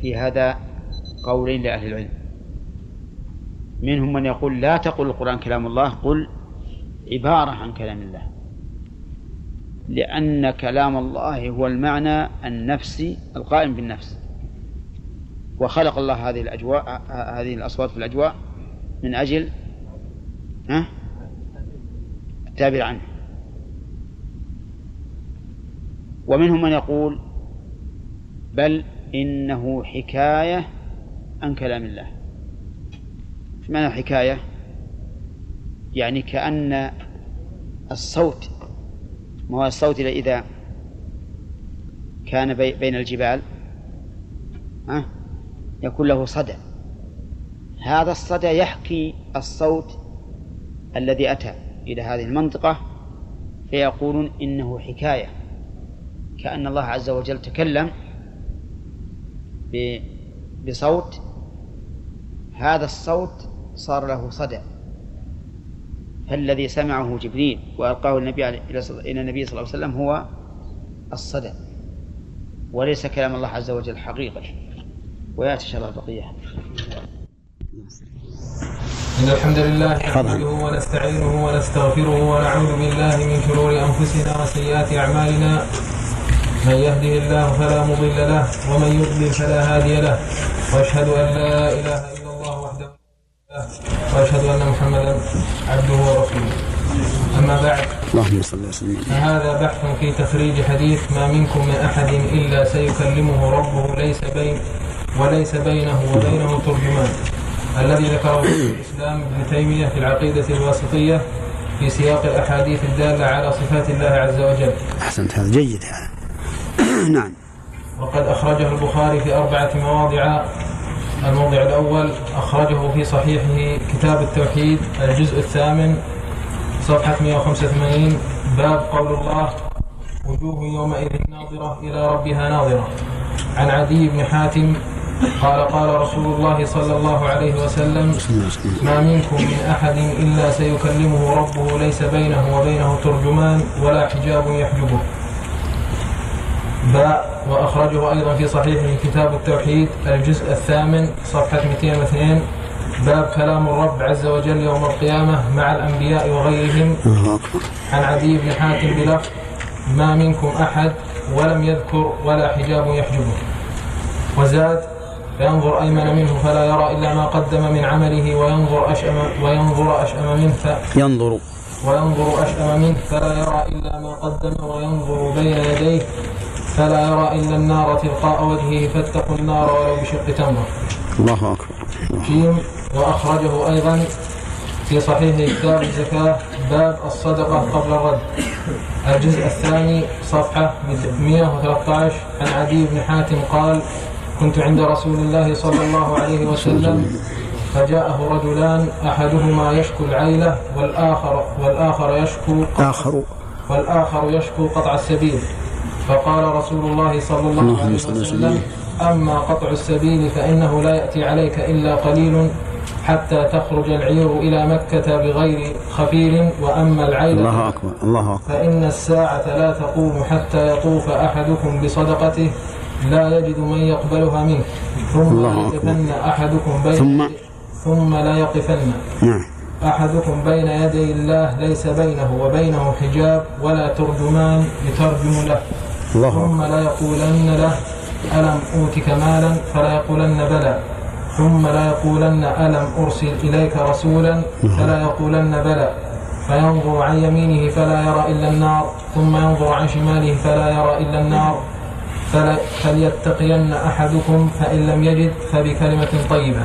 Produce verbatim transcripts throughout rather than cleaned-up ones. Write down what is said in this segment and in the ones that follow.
في هذا قولين لأهل العلم، منهم من يقول لا تقل القرآن كلام الله، قل عبارة عن كلام الله، لأن كلام الله هو المعنى النفسي القائم بالنفس، وخلق الله هذه الأجواء هذه الأصوات في الأجواء من أجل ها التعبير عنه. ومنهم من يقول بل إنه حكاية عن كلام الله. ما معنى حكاية؟ يعني كأن الصوت، ما هو الصوت إذا كان بين الجبال ها يكون له صدى، هذا الصدى يحكي الصوت الذي أتى إلى هذه المنطقة، فيقولون إنه حكاية، كأن الله عز وجل تكلم بصوت، هذا الصوت صار له صدى، فالذي سمعه جبريل وألقاه النبي إلى النبي صلى الله عليه وسلم هو الصدى وليس كلام الله عز وجل حقيقة. ويأتي إن شاء الله البقية. إن الحمد لله نحمده ونستعينه ونستغفره ونعوذ بالله من شرور أنفسنا وسيئات أعمالنا، من يهده الله فلا مضل له ومن يضلل فلا هادي له، وأشهد أن لا إله إلا الله وحده لا شريك له، وأشهد أن محمدا عبده ورسوله. أما بعد، اللهم صل وسلم. فهذا بحث في تخريج حديث ما منكم من أحد إلا سيكلمه ربه ليس بين وليس بينه وبينه ترجمان، الذي ذكره الإسلام ابن تيمية في العقيدة الواسطية في سياق الأحاديث الدالة على صفات الله عز وجل. أحسنت، هذا جيد هذا. نعم. وقد أخرجه البخاري في أربعة مواضع. الموضع الأول أخرجه في صحيحه كتاب التوحيد الجزء الثامن صفحة مئة وخمسة وثمانين، باب قول الله وجوه يومئذ ناظرة إلى ربها ناظرة، عن عدي بن حاتم قال قال رسول الله صلى الله عليه وسلم ما منكم من أحد إلا سيكلمه ربه ليس بينه وبينه ترجمان ولا حجاب يحجبه. باء وأخرجه أيضا في صحيحه كتاب التوحيد الجزء الثامن صفحة مئتين واثنين، باب كلام الرب عز وجل يوم القيامة مع الأنبياء وغيرهم، عن عدي بن حاتم بلفظ ما منكم أحد ولم يذكر ولا حجاب يحجبه. وزاد فينظر أيمن منه فلا يرى إلا ما قدم من عمله وينظر أشأم وينظر أشأم منه ينظر وينظر أشأم منه فلا يرى إلا ما قدم وينظر بين يديه فلا يرى إلا النار تلقاء وجهه فاتقوا النار ولو بشق تمرة. الله أكبر. جيم وأخرجه أيضا في صحيح كتاب الزكاة باب الصدقة قبل الرد الجزء الثاني صفحة مئة وثلاثة عشر، عن عدي بن حاتم قال كنت عند رسول الله صلى الله عليه وسلم فجاءه رجلان أحدهما يشكو العيلة والآخر والآخر يشكو آخر والآخر يشكو قطع السبيل، فقال رسول الله صلى الله عليه وسلم أما قطع السبيل فإنه لا يأتي عليك إلا قليل حتى تخرج العير إلى مكة بغير خفير، وأما العيلة الله أكبر الله أكبر فإن الساعة لا تقوم حتى يطوف أحدكم بصدقته لا يجد من يقبلها منه ثم لا يقفن أحدكم بين ثم, ثم لا يقفن نعم أحدكم بين يدي الله ليس بينه وبينه حجاب ولا ترجمان يترجم له، ثم لا يقولن له ألم أوتك مالا فلا يقولن بلى، ثم لا يقولن ألم أرسل إليك رسولا فلا يقولن بلى، فينظر عن يمينه فلا يرى إلا النار ثم ينظر عن شماله فلا يرى إلا النار، فليتقين أحدكم فإن لم يجد فبكلمة طيبة.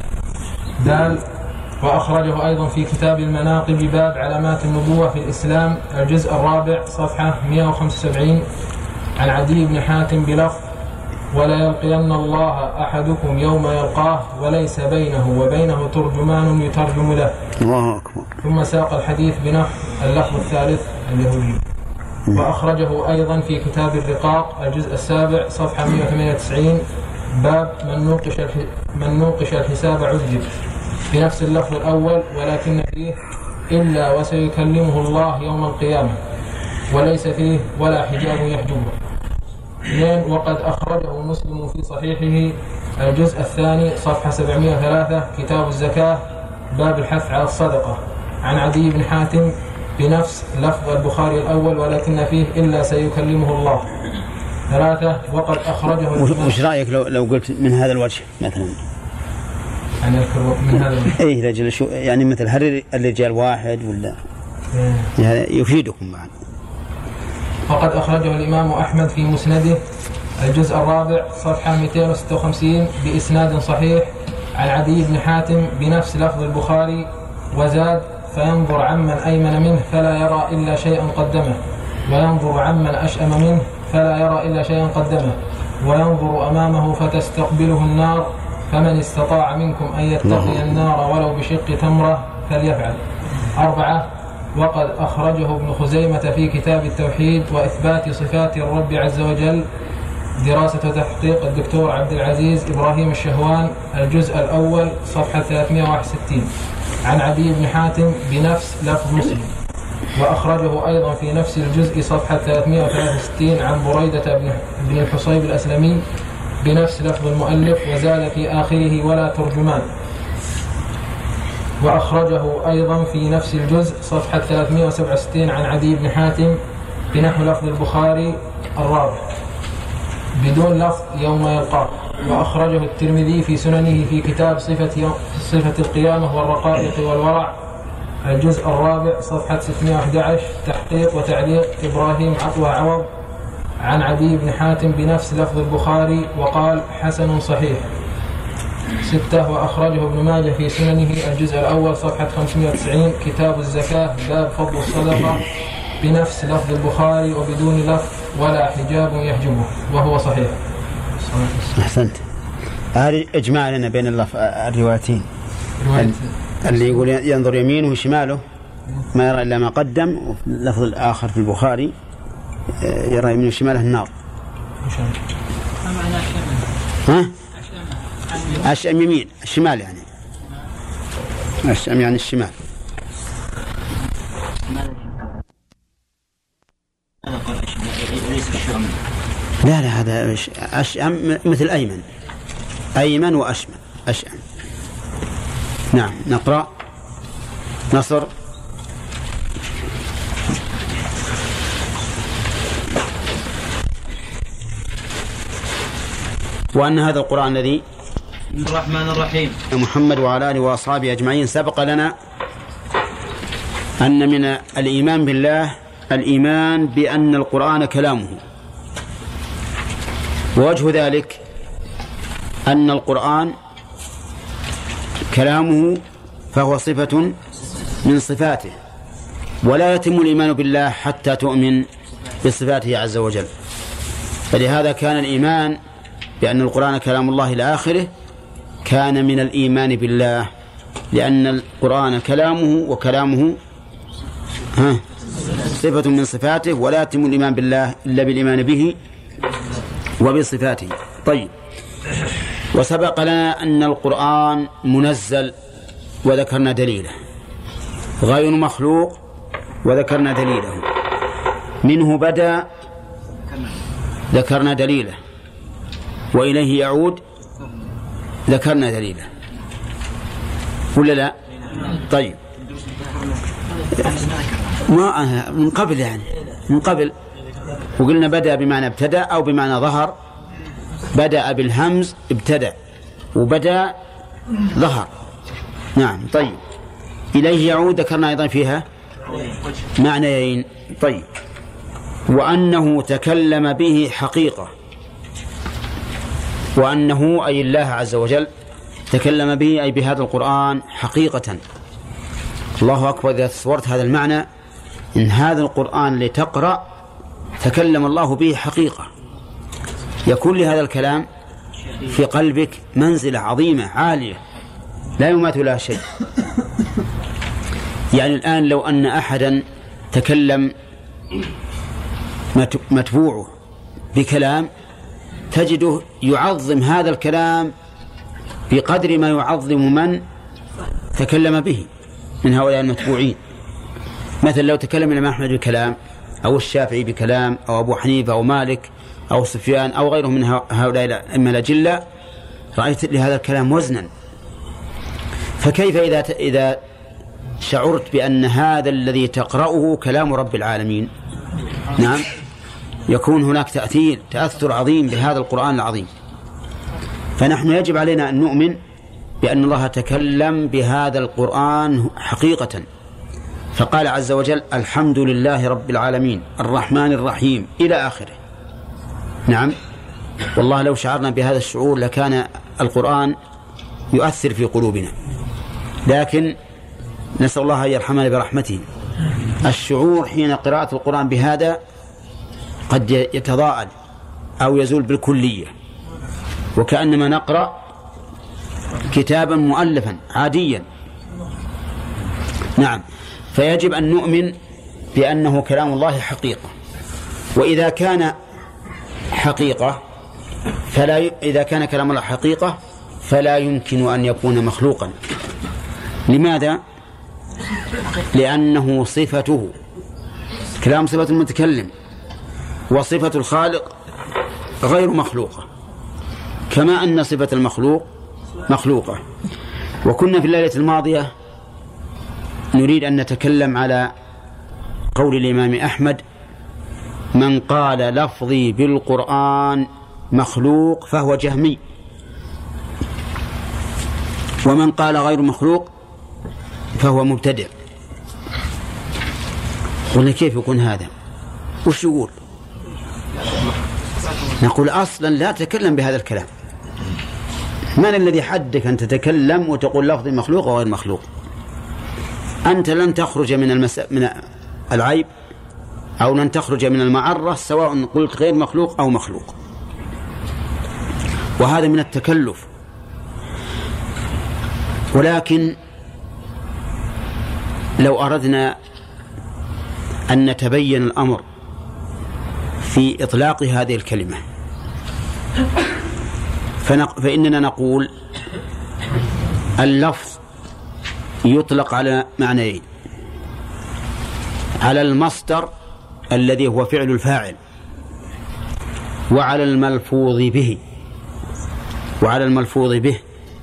دال وأخرجه أيضا في كتاب المناقب باب علامات النبوة في الإسلام الجزء الرابع صفحة مئة وخمسة وسبعين، عن عدي بن حاتم بلفظ ولا يلقين الله أحدكم يوم يلقاه وليس بينه وبينه ترجمان يترجم له. الله أكبر. ثم ساق الحديث بنحو اللفظ الثالث اليهودي. وأخرجه أيضا في كتاب الرقاق الجزء السابع صفحة مئة وثمانية وتسعين، باب من نوقش من نوقش الحساب عذب، بنفس اللفظ الأول ولكن فيه إلا وسيكلمه الله يوم القيامة وليس فيه ولا حجاب يحجبه. وقد أخرجه مسلم في صحيحه الجزء الثاني صفحة سبعمائة وثلاثة كتاب الزكاة باب الحث على الصدقة عن عدي بن حاتم بنفس لفظ البخاري الأول ولكن فيه إلا سيكلمه الله. ثلاثة وقد أخرجه. وش رأيك لو لو قلت من هذا الوجه مثلا؟ يعني من هذا الوجه. إيه رجل شو يعني مثل هل الرجال واحد ولا؟ يعني يفيدكم بعد. وقد أخرجه الإمام أحمد في مسنده الجزء الرابع صفحة مئتين وستة وخمسين بإسناد صحيح عن عدي بن حاتم بنفس لفظ البخاري وزاد فينظر عمن أيمن منه فلا يرى إلا شيئا قدمه وينظر عمن أشأم منه فلا يرى إلا شيئا قدمه وينظر أمامه فتستقبله النار فمن استطاع منكم أن يتقي النار ولو بشق تمرة فليفعل. أربعة وقد أخرجه ابن خزيمة في كتاب التوحيد وإثبات صفات الرب عز وجل دراسة وتحقيق الدكتور عبد العزيز إبراهيم الشهوان الجزء الأول صفحة ثلاثمائة وواحد وستين عن عدي بن حاتم بنفس لفظ مسلم. وأخرجه أيضا في نفس الجزء صفحة ثلاثمائة وثلاثة وستين عن بريدة بن الحصيب الأسلمي بنفس لفظ المؤلف وزال في آخره ولا ترجمان. وأخرجه أيضا في نفس الجزء صفحة ثلاثمائة وسبعة وستين عن عدي بن حاتم بنحو لفظ البخاري الرابع بدون لفظ يوم يلقاه. وأخرجه الترمذي في سننه في كتاب صفة, صفة القيامة والرقائق والورع الجزء الرابع صفحة ستمائة وأحد عشر تحقيق وتعليق إبراهيم عطوة عوض عن عدي بن حاتم بنفس لفظ البخاري وقال حسن صحيح. ستة وأخرجه ابن ماجه في سننه الجزء الأول صفحة خمسمائة وتسعين كتاب الزكاة باب فضل الصدقة بنفس لفظ البخاري وبدون لفظ ولا حجاب يحجبه وهو صحيح. أحسنت. هذه إجماع لنا بين الروايتين اللي يقول ينظر يمينه وشماله ما يرى إلا ما قدم وفي اللفظ الآخر في البخاري يرى يمينه وشماله النار. ها؟ أشأم يمين الشمال يعني أشأم يعني الشمال. لا لا هذا أشأم مثل أيمن أيمن وأشمل أشأم. نعم نقرأ نصر. وأن هذا القرآن الذي الرحمن الرحيم محمد وعلى آله وأصحابه أجمعين سبق لنا أن من الإيمان بالله الإيمان بأن القرآن كلامه. ووجه ذلك أن القرآن كلامه فهو صفة من صفاته ولا يتم الإيمان بالله حتى تؤمن بصفاته عز وجل. فلهذا كان الإيمان بأن القرآن كلام الله إلى آخره كان من الإيمان بالله لأن القرآن كلامه وكلامه ها صفة من صفاته ولا يتم الإيمان بالله إلا بالإيمان به وبصفاته. طيب وسبق لنا أن القرآن منزل وذكرنا دليله غير مخلوق وذكرنا دليله منه بدأ ذكرنا دليله وإليه يعود ذكرنا دليله ولا لا؟ طيب ما من قبل يعني من قبل وقلنا بدأ بمعنى ابتدأ أو بمعنى ظهر. بدأ بالهمز ابتدأ وبدأ ظهر. نعم طيب إليه يعود ذكرنا أيضا فيها معنيين. طيب وأنه تكلم به حقيقة وأنه أي الله عز وجل تكلم به أي بهذا القرآن حقيقة. الله أكبر إذا تصورت هذا المعنى إن هذا القرآن لتقرأ تكلم الله به حقيقة يكون لهذا الكلام في قلبك منزلة عظيمة عالية لا يماثل لها شيء. يعني الآن لو أن أحدا تكلم متبوعه بكلام تجده يعظم هذا الكلام بقدر ما يعظم من تكلم به من هؤلاء المتبوعين. مثل لو تكلم الإمام أحمد بكلام أو الشافعي بكلام أو أبو حنيفة أو مالك أو سفيان أو غيرهم من هؤلاء الأئمة الأجلة رأيت لهذا الكلام وزنا، فكيف إذا إذا شعرت بأن هذا الذي تقرأه كلام رب العالمين؟ نعم، يكون هناك تأثير تأثر عظيم بهذا القرآن العظيم. فنحن يجب علينا أن نؤمن بأن الله تكلم بهذا القرآن حقيقة، فقال عز وجل: الحمد لله رب العالمين الرحمن الرحيم إلى آخره. نعم، والله لو شعرنا بهذا الشعور لكان القرآن يؤثر في قلوبنا، لكن نسأل الله أن يرحمنا برحمته. الشعور حين قراءة القرآن بهذا قد يتضاءل أو يزول بالكلية، وكأنما نقرأ كتابا مؤلفا عاديا. نعم، فيجب أن نؤمن بأنه كلام الله حقيقة، وإذا كان حقيقة فلا ي... إذا كان كلام الله حقيقة فلا يمكن أن يكون مخلوقا. لماذا؟ لأنه صفته، كلام صفة المتكلم، وصفة الخالق غير مخلوقة، كما أن صفة المخلوق مخلوقة. وكنا في الليلة الماضية نريد أن نتكلم على قول الإمام أحمد: من قال لفظي بالقرآن مخلوق فهو جهمي، ومن قال غير مخلوق فهو مبتدع. قلنا كيف يكون هذا؟ وش يقول؟ نقول أصلا لا تتكلم بهذا الكلام. من الذي حدك أن تتكلم وتقول لفظي مخلوق وغير مخلوق؟ أنت لن تخرج من المس... من العيب أو لن تخرج من المعرة سواء قلت غير مخلوق أو مخلوق، وهذا من التكلف. ولكن لو أردنا أن نتبين الأمر في إطلاق هذه الكلمة فنق... فإننا نقول اللفظ يطلق على معنيين: على المصدر الذي هو فعل الفاعل، وعلى الملفوظ به وعلى الملفوظ به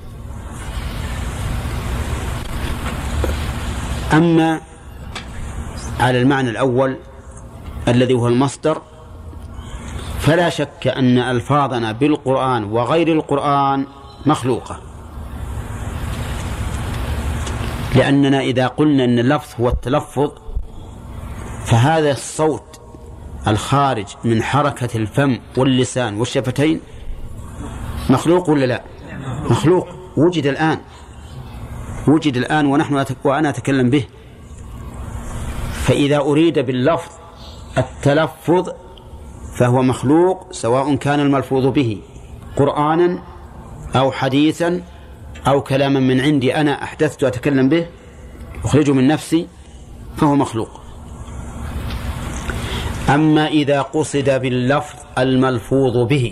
أما على المعنى الأول الذي هو المصدر فلا شك أن ألفاظنا بالقرآن وغير القرآن مخلوقة، لأننا إذا قلنا أن اللفظ هو التلفظ فهذا الصوت الخارج من حركة الفم واللسان والشفتين مخلوق ولا لا؟ مخلوق، وجد الآن وجد الآن ونحن وأنا أتكلم به. فإذا أريد باللفظ التلفظ فهو مخلوق، سواء كان الملفوظ به قرآنا أو حديثا أو كلاما من عندي أنا أحدثت أتكلم به أخرجه من نفسي فهو مخلوق. أما إذا قصد باللفظ الملفوظ به،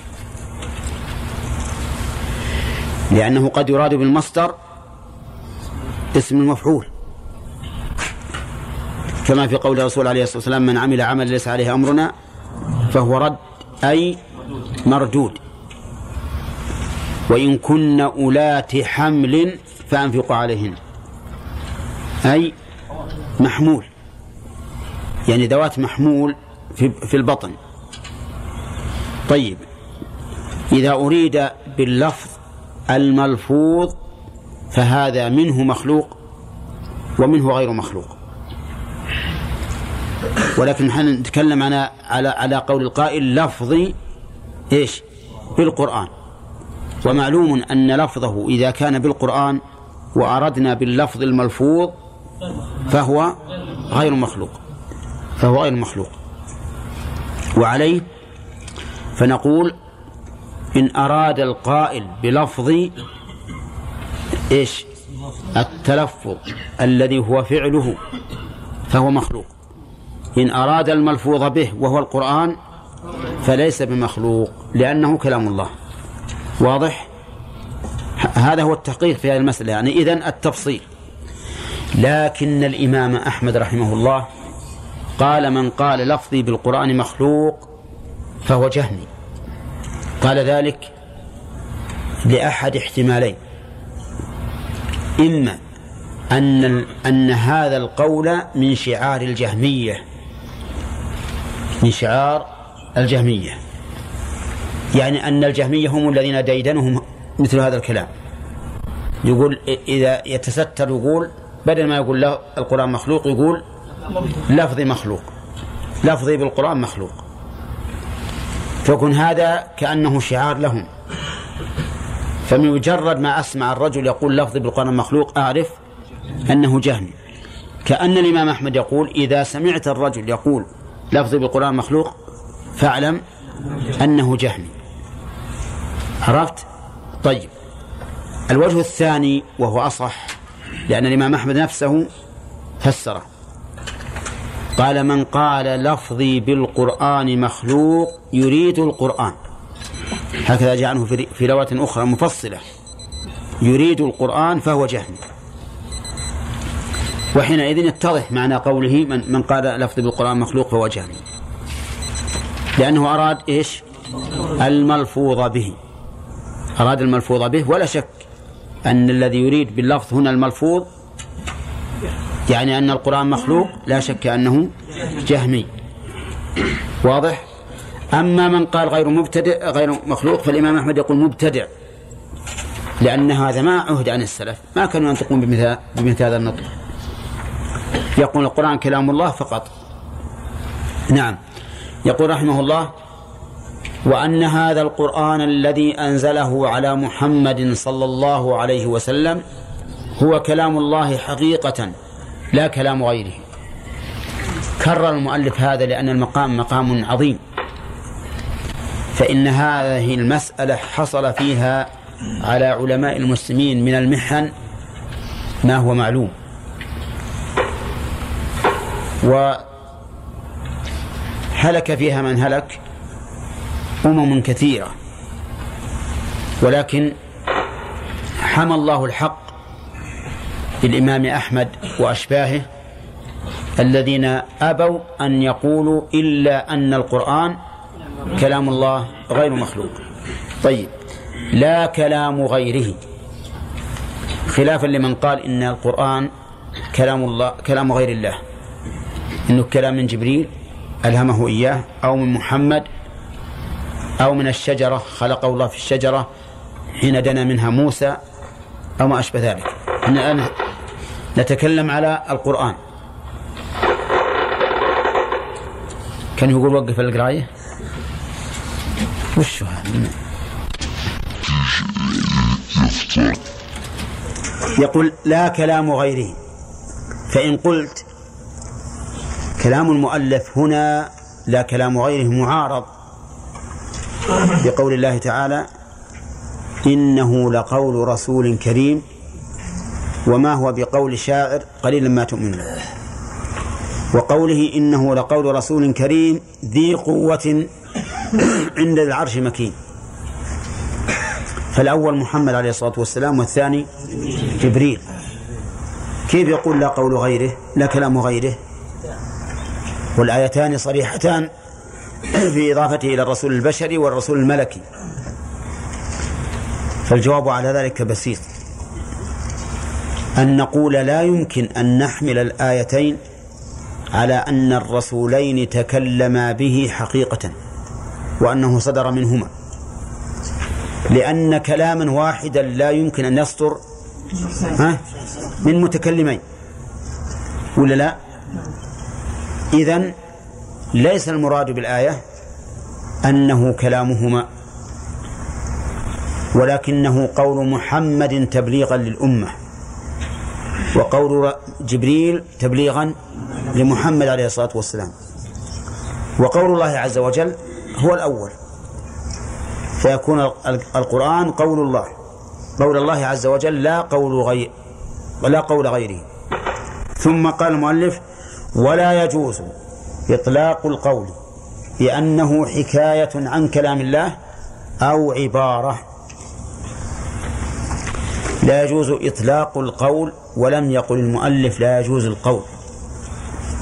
لأنه قد يراد بالمصدر اسم المفعول، كما في قول الرسول عليه الصلاة والسلام: من عمل عمل ليس عليه أمرنا فهو رد، أي مردود. وإن كن أولات حمل فأنفقوا عليهن، أي محمول، يعني ذوات محمول في البطن. طيب، إذا أريد باللفظ الملفوظ فهذا منه مخلوق ومنه غير مخلوق. ولكن نحن نتكلم على على على قول القائل: لفظي إيش؟ بالقرآن. ومعلوم أن لفظه إذا كان بالقرآن وأردنا باللفظ الملفوظ فهو غير مخلوق فهو غير مخلوق. وعليه فنقول: إن أراد القائل بلفظ إيش؟ التلفظ الذي هو فعله فهو مخلوق. إن أراد الملفوظ به وهو القرآن فليس بمخلوق، لأنه كلام الله. واضح؟ هذا هو التحقيق في هذه المسألة، يعني إذن التفصيل. لكن الإمام أحمد رحمه الله قال: من قال لفظي بالقرآن مخلوق فهو جهمي. قال ذلك لأحد احتمالين: إما أن أن هذا القول من شعار الجهمية من شعار الجهمية يعني أن الجهمية هم الذين ديدنهم مثل هذا الكلام. يقول إذا يتستر يقول بدل ما يقول له القرآن مخلوق يقول لفظي مخلوق، لفظي بالقرآن مخلوق، فيكون هذا كأنه شعار لهم. فمجرد ما أسمع الرجل يقول لفظي بالقرآن مخلوق أعرف أنه جهمي. كأن الإمام أحمد يقول إذا سمعت الرجل يقول لفظي بالقرآن مخلوق فاعلم أنه جهمي. عرفت؟ طيب، الوجه الثاني وهو أصح، لأن الإمام أحمد نفسه فسره، قال: من قال لفظي بالقرآن مخلوق يريد القرآن، هكذا جاء عنه في رواية أخرى مفصلة، يريد القرآن فهو جهمي. وحينئذ يتضح معنى قوله من, من قال لفظي بالقرآن مخلوق فهو جهمي، لأنه أراد إيش؟ الملفوظ به، أراد الملفوظ به. ولا شك أن الذي يريد باللفظ هنا الملفوظ يعني أن القرآن مخلوق، لا شك أنه جهمي. واضح؟ أما من قال غير مبتدئ غير مخلوق فالإمام أحمد يقول مبتدع، لأن هذا ما عهد عن السلف، ما كانوا ينطقون بمثل, بمثل هذا النطق، يقول القرآن كلام الله فقط. نعم. يقول رحمه الله: وأن هذا القرآن الذي أنزله على محمد صلى الله عليه وسلم هو كلام الله حقيقة لا كلام غيره. كرر المؤلف هذا لأن المقام مقام عظيم، فإن هذه المسألة حصل فيها على علماء المسلمين من المحن ما هو معلوم، وهلك فيها من هلك أمم كثيرة، ولكن حمى الله الحق بالإمام أحمد وأشباهه الذين أبوا أن يقولوا إلا أن القرآن كلام الله غير مخلوق. طيب، لا كلام غيره، خلافا لمن قال إن القرآن كلام الله كلام غير الله، إنه كلام من جبريل ألهمه إياه، أو من محمد، أو من الشجرة خلقه الله في الشجرة حين دنا منها موسى، أو ما أشبه ذلك. الآن نتكلم على القرآن. كان يقول وقف القراية وش هذا؟ يقول لا كلام غيره. فإن قلت كلام المؤلف هنا لا كلام غيره معارض بقول الله تعالى: إنه لقول رسول كريم وما هو بقول شاعر قليلا ما تؤمنون، وقوله إنه لقول رسول كريم ذي قوة عند العرش مكين. فالأول محمد عليه الصلاة والسلام والثاني جبريل، كيف يقول لا قول غيره لا كلام غيره؟ والآيتان صريحتان في إضافته إلى الرسول البشري والرسول الملكي. فالجواب على ذلك بسيط، أن نقول لا يمكن أن نحمل الآيتين على أن الرسولين تكلما به حقيقة وأنه صدر منهما، لأن كلاما واحدا لا يمكن أن يصدر من متكلمين، ولا لا؟ إذن ليس المراد بالآية أنه كلامهما، ولكنه قول محمد تبليغا للأمة، وقول جبريل تبليغا لمحمد عليه الصلاة والسلام، وقول الله عز وجل هو الأول، فيكون القرآن قول الله قول الله عز وجل لا قول غير ولا قول غيره. ثم قال المؤلف: ولا يجوز إطلاق القول بأنه حكاية عن كلام الله أو عبارة. لا يجوز إطلاق القول، ولم يقل المؤلف لا يجوز القول.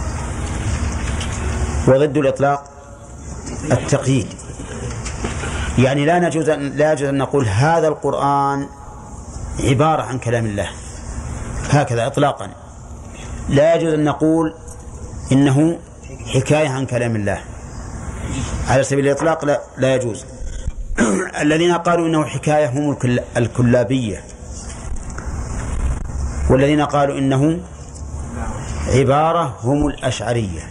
وضد الإطلاق التقييد، يعني لا نجوز لا يجوز أن نقول هذا القرآن عبارة عن كلام الله هكذا إطلاقا. لا يجوز أن نقول إنه حكاية عن كلام الله على سبيل الإطلاق، لا, لا يجوز. الذين قالوا إنه حكاية هم الكلابية، والذين قالوا إنه عبارة هم الأشعرية،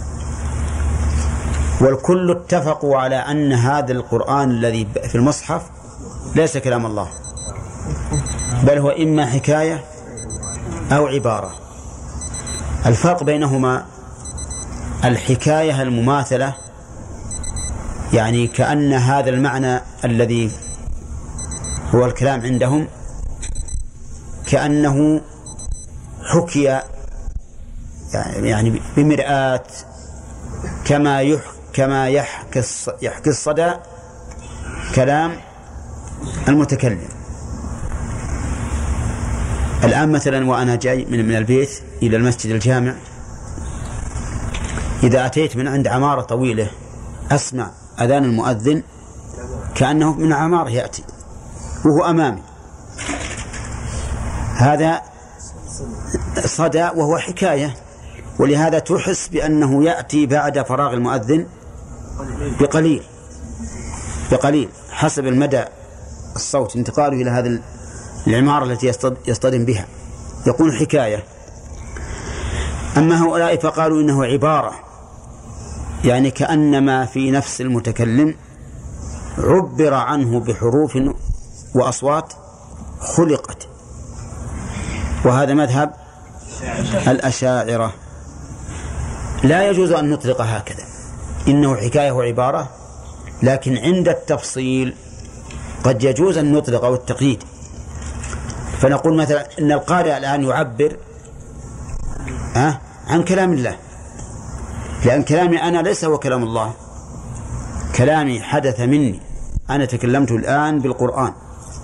والكل اتفقوا على أن هذا القرآن الذي في المصحف ليس كلام الله، بل هو إما حكاية أو عبارة. الفرق بينهما الحكاية المماثلة، يعني كأن هذا المعنى الذي هو الكلام عندهم كأنه حكي يعني بمرآة، كما يحكي كما يحكي يحكي الصدى كلام المتكلم. الآن مثلا وأنا جاي من من البيت إلى المسجد الجامع، إذا أتيت من عند عمارة طويلة أسمع أذان المؤذن كأنه من عمارة يأتي وهو أمامي، هذا صدى وهو حكاية، ولهذا تحس بأنه يأتي بعد فراغ المؤذن بقليل بقليل حسب المدى الصوت انتقاله إلى هذه العمارة التي يصطدم بها، يكون حكاية. أما هؤلاء فقالوا إنه عبارة، يعني كأنما في نفس المتكلم عبر عنه بحروف وأصوات خلقت، وهذا مذهب الأشاعرة. لا يجوز أن نطلق هكذا إنه حكاية وعبارة، لكن عند التفصيل قد يجوز أن نطلق أو التقييد، فنقول مثلا إن القارئ الآن يعبر أه عن كلام الله، لأن كلامي أنا ليس هو كلام الله، كلامي حدث مني، أنا تكلمت الآن بالقرآن،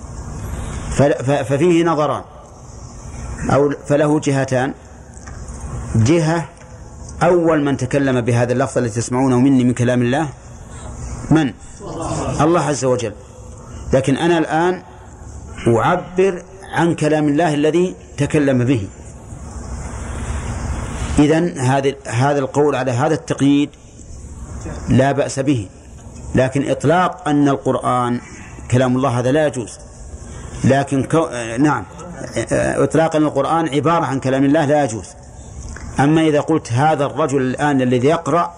ففيه نظران أو فله جهتان. جهة أول من تكلم بهذا اللفظ الذي تسمعونه مني من كلام الله من؟ الله عز وجل، لكن أنا الآن أعبر عن كلام الله الذي تكلم به. إذن هذا هذا القول على هذا التقييد لا بأس به، لكن إطلاق أن القرآن كلام الله هذا لا يجوز. لكن كو... نعم إطلاق أن القرآن عبارة عن كلام الله لا يجوز. أما إذا قلت هذا الرجل الآن الذي يقرأ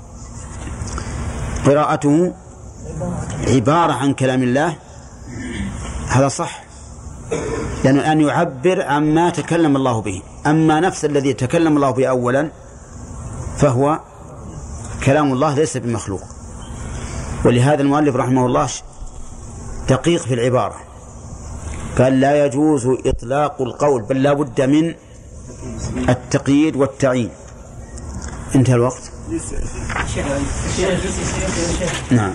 قراءته عبارة عن كلام الله هذا صح، لأنه الآن يعبر عما تكلم الله به. أما نفس الذي تكلم الله به أولا فهو كلام الله ليس بمخلوق. ولهذا المؤلف رحمه الله دقيق في العبارة، قال لا يجوز إطلاق القول بل لا بد من التقييد والتعيين. انتهى الوقت. نعم.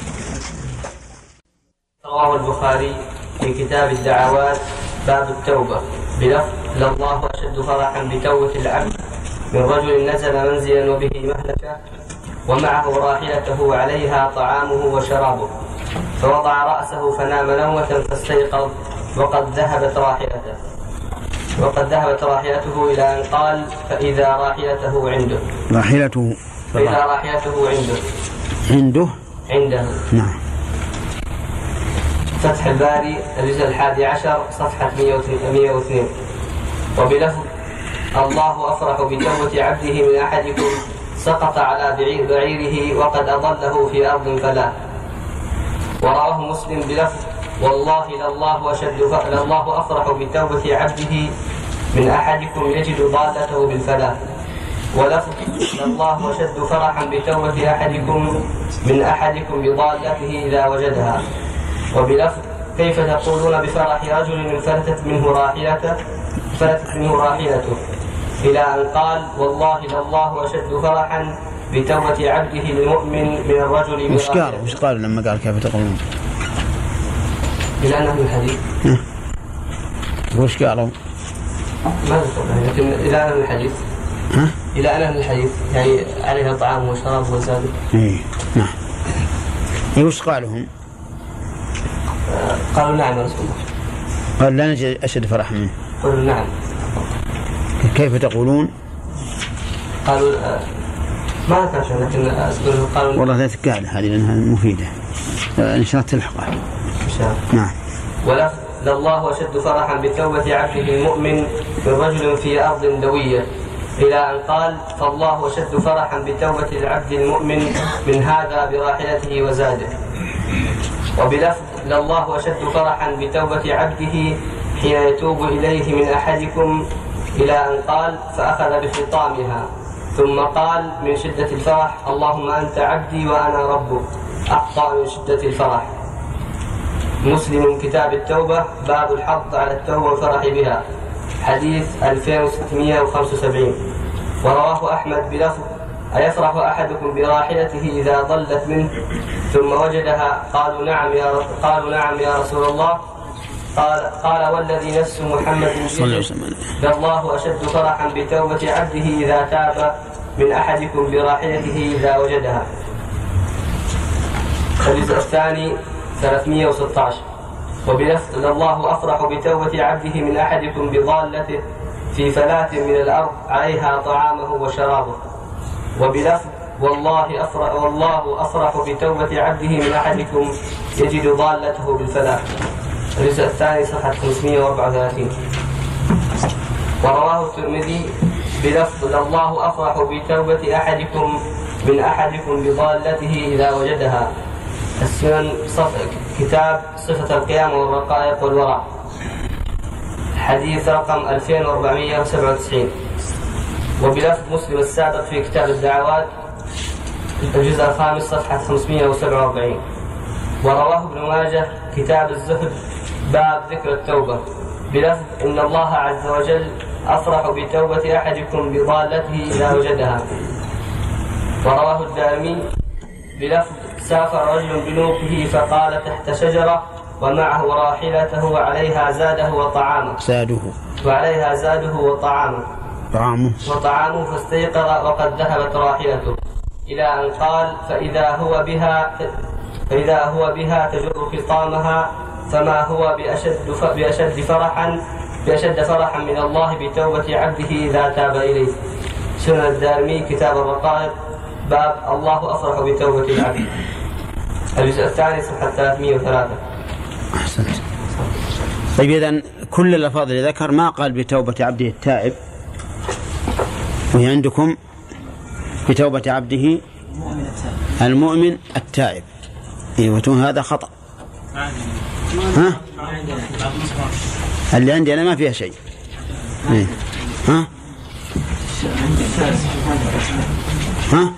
رواه البخاري في كتاب الدعوات باب التوبة بلفظ لله أشد فرحا بتوبة العبد من رجل نزل منزلا وبه مهلكة ومعه راحلته عليها طعامه وشرابه فوضع رأسه فنام نومة فاستيقظ وقد ذهبت راحلته وقد ذهبت راحلته إلى أن قال فإذا راحلته عنده راحلته فإذا راحلته عنده عنده عنده نعم. فتح الباري الجزء الحادي عشر صفحة مئة واثنين. وبلفظ الله أفرح بتوبة عبده من أحدكم سقط على بعير بعيره وقد أضله في أرض فلا. ورواه مسلم بلفظ والله لله أشد لله أفرح بتوبة عبده من أحدكم يجد ضالته بالفلاح. ولفظ لله أشد فرحا بتوبة أحدكم من أحدكم بضالته إذا وجدها. وبلفظ كيف تقولون بفرح رجل انفلتت منه راحلته فلتت منه راحلته إلى أن قال والله لله أشد فرحا بتوبة عبده المؤمن من الرجل وش قال وش قال لما قال كيف تقولون إلى أنه الحديث وش قالوا ما ذكرنا لكن إلى أنه الحديث ها إلى أنه الحديث يعني عليها طعام وشراب وزاد. إيه نعم. إيه وش قالوا هم قالوا نعم يا رسول الله. قال لا نجد أشد فرحا منه. قالوا نعم. كيف تقولون؟ قالوا ما أذكر شيء لكن قالوا والله لا تقال هذه لأنها مفيدة إن شاء الله تلحقها إن شاء الله. نعم. ولفظ الله أشد فرحا بتوبة عبده المؤمن من رجل في أرض دوية إلى أن قال فالله أشد فرحا بتوبة العبد المؤمن من هذا براحلته وزاده. وبلفظ لله أشد فرحا بتوبة عبده حين يتوب إليه من أحدكم إلى أن قال فأخذ بخطامها ثم قال من شدة الفرح اللهم أنت عبدي وأنا ربك أخطأ من شدة الفرح. مسلم كتاب التوبة باب الحض على التوبة والفرح بها حديث ألفين وستمائة وخمسة وسبعين. ورواه أحمد بلفظ أيفرح أحدكم براحلته إذا ضلت منه ثم وجدها قالوا نعم يا قالوا نعم يا رسول الله قال قال والذي نفس محمد بيده الله أشد فرحا بتوبة عبده إذا تاب من أحدكم براحلته إذا وجدها. الجزء الثاني ثلاثمائة وستة عشر. وبلفظ الله أفرح بتوبة عبده من أحدكم بضالته في فلاة من الأرض عليها طعامه وشرابه. وبلفظ والله أفرح, والله أفرح بتوبة عبده من أحدكم يجد ضالته بالفلاة. الجزء الثاني صفحة خمسمائة وأربعة وثلاثين. ورواه الترمذي بلفظ الله أفرح بتوبة أحدكم من أحدكم بضالته إذا وجدها. السنن كتاب صفة القيام والرقائق والورع حديث رقم ألفين وأربعمائة وسبعة وتسعين. وبلفظ مسلم السابق في كتاب الدعوات الجزء الخامس صفحة خمسمائة وسبعة وأربعين. ورواه ابن ماجه كتاب الزهد باب ذكر التوبة بلفظ إن الله عز وجل أفرح بتوبة أحدكم بضالته إذا وجدها. ورواه الدارمي بلفظ سافر رجل بنوقه فقال تحت شجرة ومعه راحلته وعليها زاده وطعامه زاده وعليها زاده وطعامه طعامه وطعامه فاستيقظ وقد ذهبت راحلته إلى أن قال فإذا هو بها فإذا هو بها تجر خطامها فما هو بأشد بأشد فرحا بأشد فرحا من الله بتوبة عبده إذا تاب إليه. سنن الدارمي كتاب الرقائق باب الله أفرح بتوبة العبد الجزء الثاني صفحة ثلاثمائة وثلاثة. أحسنت. طيب إذن كل الألفاظ اللي ذكر ما قال بتوبة عبده التائب وهي عندكم بتوبة عبده المؤمن التائب. ايوه هذا خطأ. ها اللي عندي أنا ما فيها شيء. إيه. ها ها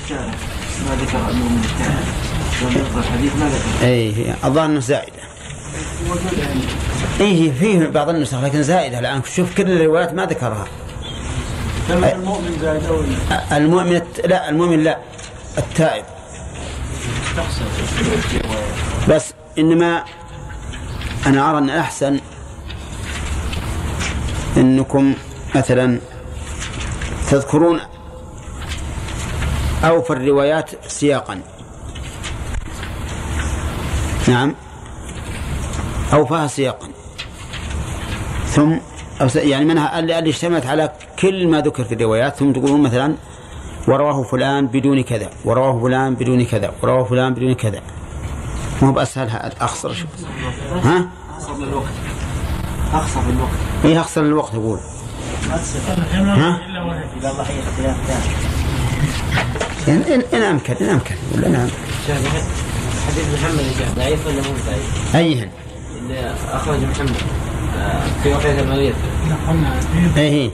ايه الظاهر انه زائده. ايه فيه بعض النسخ لكن زائده. الان شوف كل الروايات ما ذكرها. المؤمن زائد المؤمن لا المؤمن لا التائب بس. انما انا ارى ان احسن انكم مثلا تذكرون أو في الروايات سياقا. نعم أو فيها سياقا ثم يعني منها اللي اشتملت على كل ما ذكر في الروايات ثم تقولون مثلا ورواه فلان بدون كذا ورواه فلان بدون كذا ورواه فلان بدون كذا. مو بأسهل أخسر شو ها أخسر الوقت أخسر الوقت إيه أخسر الوقت يقول ها يعني إن, إن أمكن إن أمكن ولا نعم. حديث محمد ضعيف ولا مو ضعيف؟ أيهن اللي أخرج محمد في وقت المريض. إيه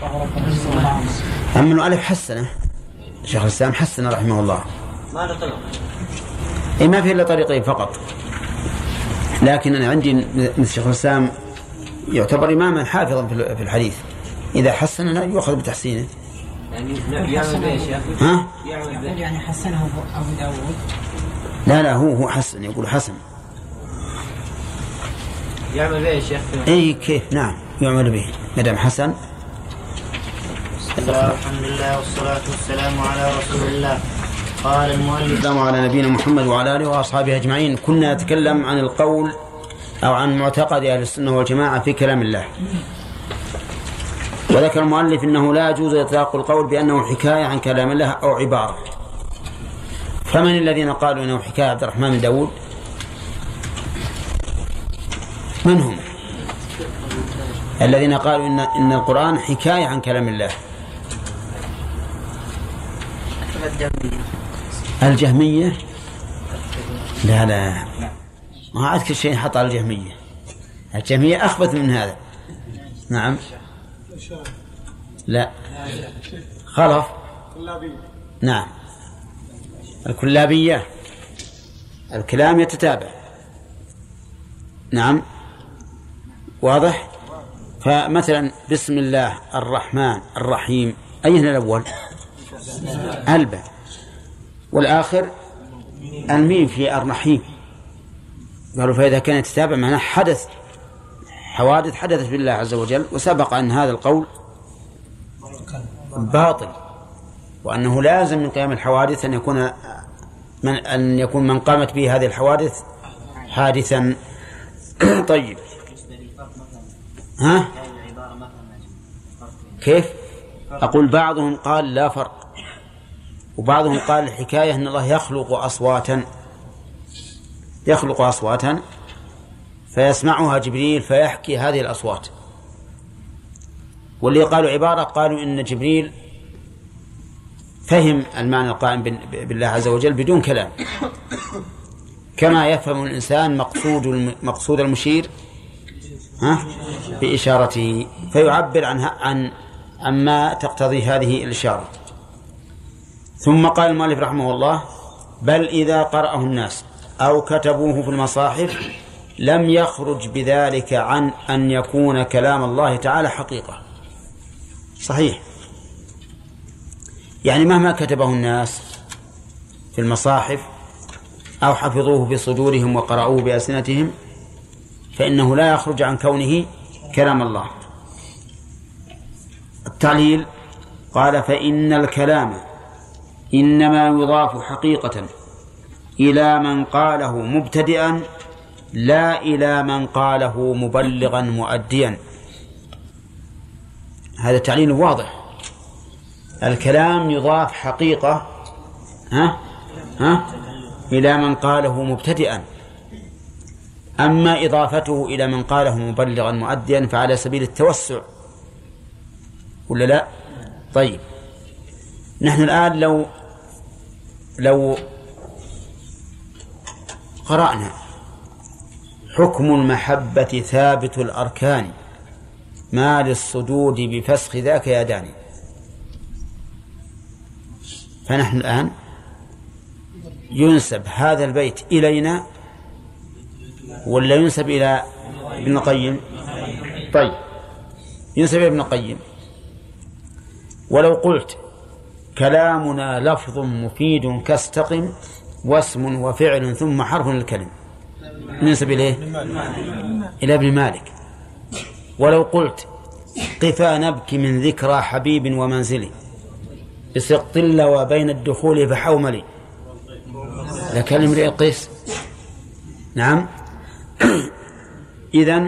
أما ألف حسنة شيخ الإسلام حسنة رحمه الله ما له طرق. إيه ما في إلا طريقين فقط. لكن أنا عندي مثل شيخ الإسلام يعتبر إماما حافظا في الحديث إذا حسن لا يؤخذ بتحسينه. يعني يعمل به يا شيخ. ها؟ يعمل يعني حسنه أبو داود. لا لا هو هو حسن يقول حسن. يعمل به يا شيخ. إيه كيف نعم يعمل به مدام حسن. الحمد لله والصلاة والسلام على رسول الله. قال المؤلف السلام على نبينا محمد وعلى آله وأصحابه أجمعين. كنا نتكلم عن القول أو عن معتقد أهل السنة والجماعة في كلام الله. وذكر المؤلف أنه لا يجوز إطلاق القول بأنه حكاية عن كلام الله أو عبارة. فمن الذين قالوا أنه حكاية عبد الرحمن بن داود؟ من هم الذين قالوا إن, إن القرآن حكاية عن كلام الله؟ الجهمية. لا لا ما أذكر شيء حط على الجهمية. الجهمية أخبث من هذا. نعم. لا خلف. نعم الكلابية. الكلام يتتابع. نعم واضح. فمثلا بسم الله الرحمن الرحيم أين الأول؟ الباء، والآخر الميم في الرحيم. قالوا فإذا كان يتتابع معناه حدث حوادث حدثت بالله عز وجل. وسبق أن هذا القول باطل، وأنه لازم من قيام الحوادث أن يكون من أن يكون من قامت به هذه الحوادث حادثا. طيب ها كيف؟ أقول بعضهم قال لا فرق، وبعضهم قال الحكاية أن الله يخلق أصواتا يخلق أصواتا فيسمعها جبريل فيحكي هذه الأصوات. واللي قالوا عبارة قالوا إن جبريل فهم المعنى القائم بالله عز وجل بدون كلام، كما يفهم الإنسان مقصود مقصود المشير ها بإشارته فيعبر عنها عن عما تقتضي هذه الإشارة. ثم قال المؤلف رحمه الله: بل إذا قرأه الناس أو كتبوه في المصاحف لم يخرج بذلك عن أن يكون كلام الله تعالى حقيقة. صحيح، يعني مهما كتبه الناس في المصاحف أو حفظوه بصدورهم وقرأوه بألسنتهم فإنه لا يخرج عن كونه كلام الله. التعليل قال: فإن الكلام إنما يضاف حقيقة إلى من قاله مبتدئا لا إلى من قاله مبلغا مؤديا. هذا تعليل واضح. الكلام يضاف حقيقة ها ها إلى من قاله مبتدئا، أما إضافته إلى من قاله مبلغا مؤديا فعلى سبيل التوسع، ولا لا؟ طيب، نحن الآن لو لو قرأنا حكم المحبة ثابت الأركان ما للصدود بفسخ ذاك يا داني، فنحن الآن ينسب هذا البيت إلينا ولا ينسب إلى ابن القيم؟ طيب، ينسب إلى ابن القيم. ولو قلت كلامنا لفظ مفيد كاستقم واسم وفعل ثم حرف للكلم، ننسب إليه إلى ابن مالك. ولو قلت قفا نبكي من ذكرى حبيب ومنزلي بسقطل وبين الدخول فحوملي لكلم امرئ القيس. نعم. إذن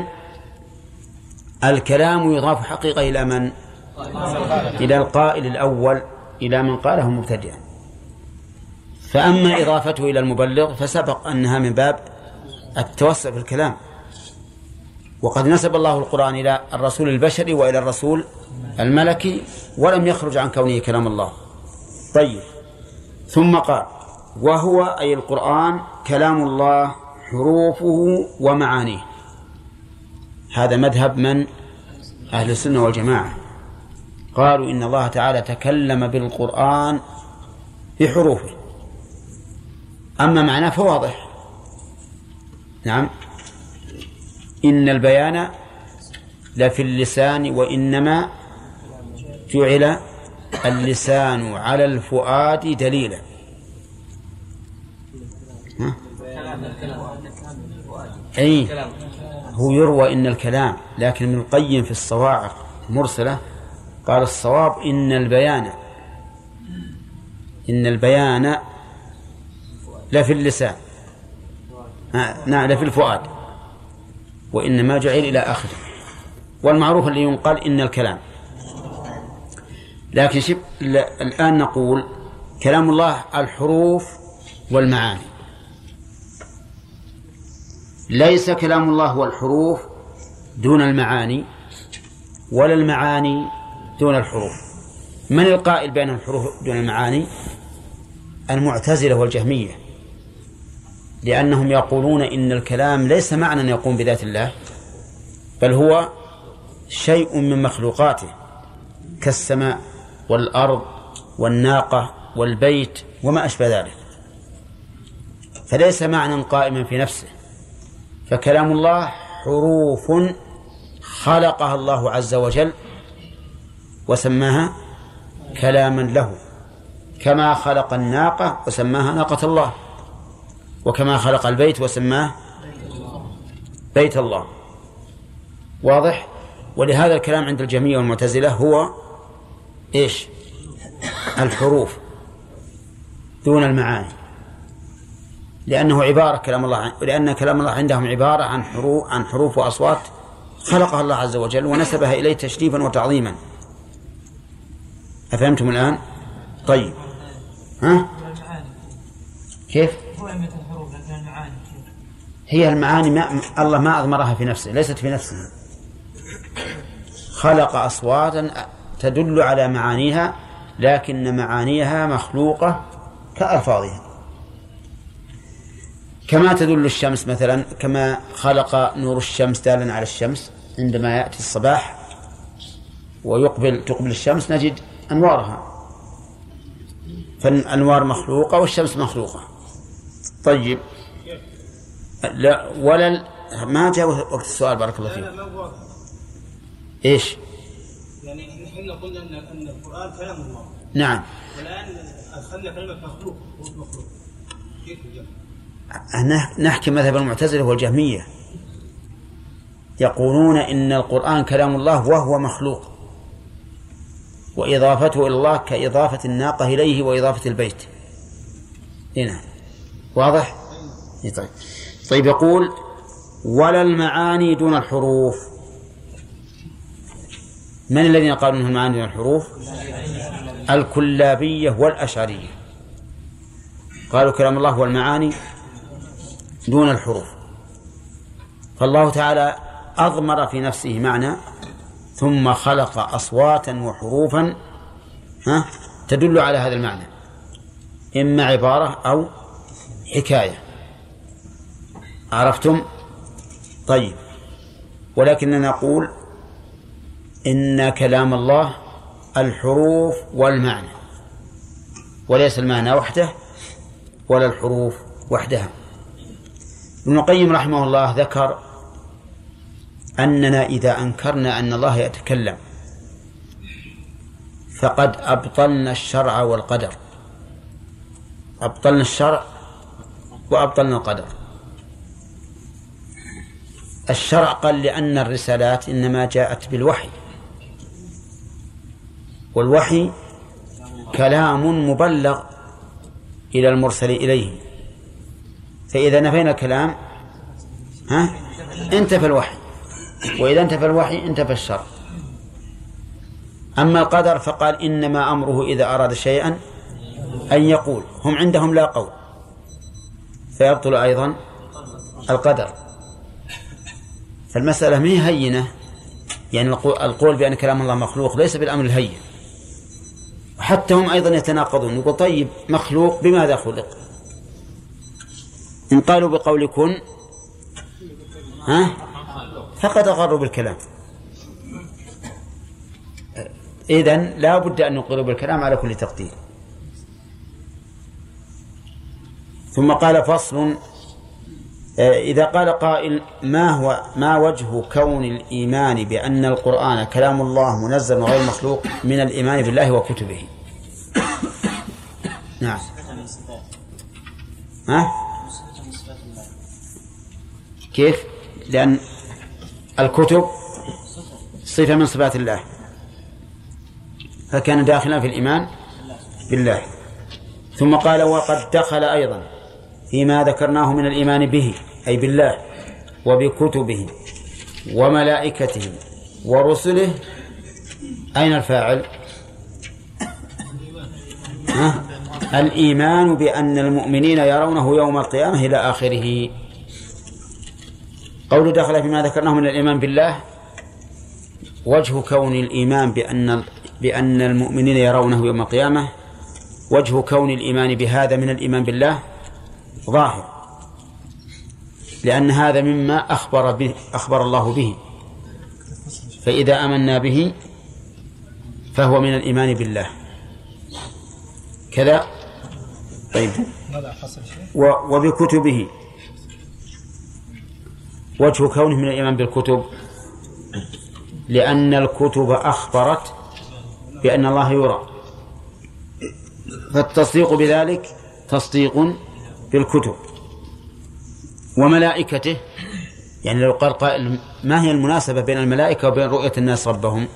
الكلام يضاف حقيقة إلى من؟ إلى القائل الأول، إلى من قاله مبتدئا. فأما إضافته إلى المبلغ فسبق أنها من باب التوسع في الكلام، وقد نسب الله القرآن إلى الرسول البشري وإلى الرسول الملكي ولم يخرج عن كونه كلام الله. طيب، ثم قال: وهو أي القرآن كلام الله حروفه ومعانيه. هذا مذهب من؟ أهل السنة والجماعة. قالوا إن الله تعالى تكلم بالقرآن بحروفه، أما معناه فواضح. نعم، إن البيان لفي اللسان وإنما جعل اللسان على الفؤاد دليلا. ها؟ أي هو يروى إن الكلام، لكن ابن القيم في الصواعق مرسلة قال الصواب إن البيان إن البيان لفي اللسان، نعم لفي الفؤاد. وإنما جعل إلى آخره. والمعروف اللي ينقل إن الكلام. لكن شف الآن نقول كلام الله الحروف والمعاني، ليس كلام الله والحروف دون المعاني ولا المعاني دون الحروف. من القائل بين الحروف دون المعاني؟ المعتزلة والجهمية، لأنهم يقولون إن الكلام ليس معنى يقوم بذات الله، بل هو شيء من مخلوقاته كالسماء والأرض والناقة والبيت وما أشبه ذلك، فليس معنى قائما في نفسه. فكلام الله حروف خلقها الله عز وجل وسماها كلاما له، كما خلق الناقة وسماها ناقة الله، وكما خلق البيت وسماه بيت الله. واضح؟ ولهذا الكلام عند الجميع والمعتزلة هو إيش؟ الحروف دون المعاني، لأنه عبارة كلام الله، لأن كلام الله عندهم عبارة عن حروف عن حروف وأصوات خلقها الله عز وجل ونسبها إليه تشريفا وتعظيما. أفهمتم الآن؟ طيب، ها؟ كيف؟ هي المعاني ما الله ما أضمرها في نفسه، ليست في نفسه، خلق أصواتا تدل على معانيها، لكن معانيها مخلوقة كألفاظها، كما تدل الشمس مثلا، كما خلق نور الشمس دالا على الشمس، عندما يأتي الصباح ويقبل تقبل الشمس نجد أنوارها، فالأنوار مخلوقة والشمس مخلوقة. طيب، لا ولا ما جاء وقت السؤال، بارك الله فيك. إيش؟ يعني نحن قلنا أن أن القرآن كلام الله. نعم. والآن أدخلنا كلمة مخلوق مخلوق. كيف الجمع؟ نحكي مذهب المعتزلة والجهمية، يقولون إن القرآن كلام الله وهو مخلوق، وإضافته إلى الله كإضافة الناقة إليه وإضافة البيت. هنا واضح؟ طيب. طيب، يقول ولا المعاني دون الحروف. من الذين قالوا أنها المعاني دون الحروف؟ الكلابية والأشعرية قالوا كلام الله والمعاني دون الحروف. فالله تعالى أضمر في نفسه معنى ثم خلق أصواتا وحروفا ها تدل على هذا المعنى، إما عبارة أو حكاية. عرفتم؟ طيب، ولكننا نقول إن كلام الله الحروف والمعنى، وليس المعنى وحده ولا الحروف وحدها. ابن القيم رحمه الله ذكر أننا إذا أنكرنا أن الله يتكلم فقد أبطلنا الشرع والقدر، أبطلنا الشرع وأبطلنا القدر. الشرع قال لأن الرسالات إنما جاءت بالوحي، والوحي كلام مبلغ إلى المرسل إليه، فإذا نفينا الكلام ها انتفى الوحي، وإذا انتفى الوحي انتفى الشرع. أما القدر فقال إنما أمره إذا أراد شيئا أن يقول، هم عندهم لا قول، فيبطل أيضا القدر. فالمسألة ما هي هينة، يعني القول بأن كلام الله مخلوق ليس بالأمر الهين. حتى هم أيضا يتناقضون، يقول طيب مخلوق بماذا خلق؟ إن قالوا بقول كن ها فقد أغروا بالكلام. إذن لا بد أن نقر بالكلام على كل تقدير. ثم قال فصل: إذا قال قائل ما هو ما وجه كون الإيمان بأن القرآن كلام الله منزل وغير مخلوق من الإيمان بالله وكتبه؟ نعم. ها؟ كيف؟ لأن الكتب صفة من صفات الله، فكان داخلا في الإيمان بالله. ثم قال وقد دخل أيضا فيما ذكرناه من الإيمان به أي بالله وبكتبه وملائكته ورسله، أين الفاعل؟ ها؟ الإيمان بأن المؤمنين يرونه يوم القيامة إلى آخره. قول دخل فيما ذكرناه من الإيمان بالله، وجه كون الإيمان بأن بأن المؤمنين يرونه يوم القيامة، وجه كون الإيمان بهذا من الإيمان بالله ظاهر، لأن هذا مما أخبر به أخبر الله به، فإذا آمنا به فهو من الإيمان بالله كذا. طيب، وبكتبه، وجه كونه من الإيمان بالكتب لأن الكتب أخبرت بأن الله يرى، فالتصديق بذلك تصديق بالكتب. وملائكته، يعني لو قال قائل ما هي المناسبة بين الملائكة وبين رؤية الناس ربهم،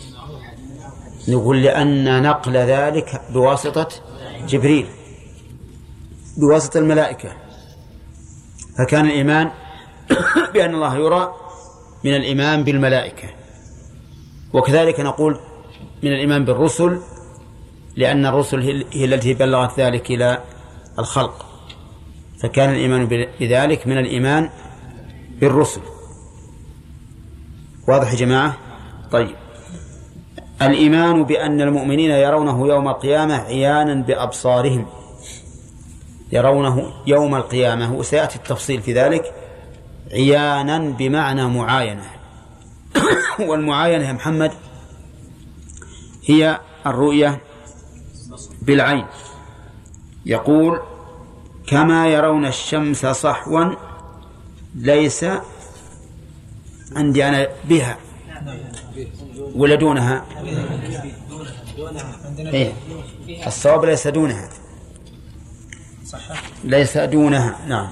نقول لأن نقل ذلك بواسطة جبريل، بواسطة الملائكة، فكان الإيمان بأن الله يرى من الإيمان بالملائكة. وكذلك نقول من الإيمان بالرسل، لأن الرسل هي التي بلغت ذلك إلى الخلق، فكان الإيمان بذلك من الإيمان بالرسل. واضح يا جماعة؟ طيب، الإيمان بأن المؤمنين يرونه يوم القيامة عيانا بأبصارهم، يرونه يوم القيامة، وسيأتي التفصيل في ذلك. عيانا بمعنى معاينة، والمعاينة يا محمد هي الرؤية بالعين. يقول كما يرون الشمس صحوا ليس عندي أنا بها ولا دونها، إيه؟ الصواب ليس دونها، ليس دونها. نعم.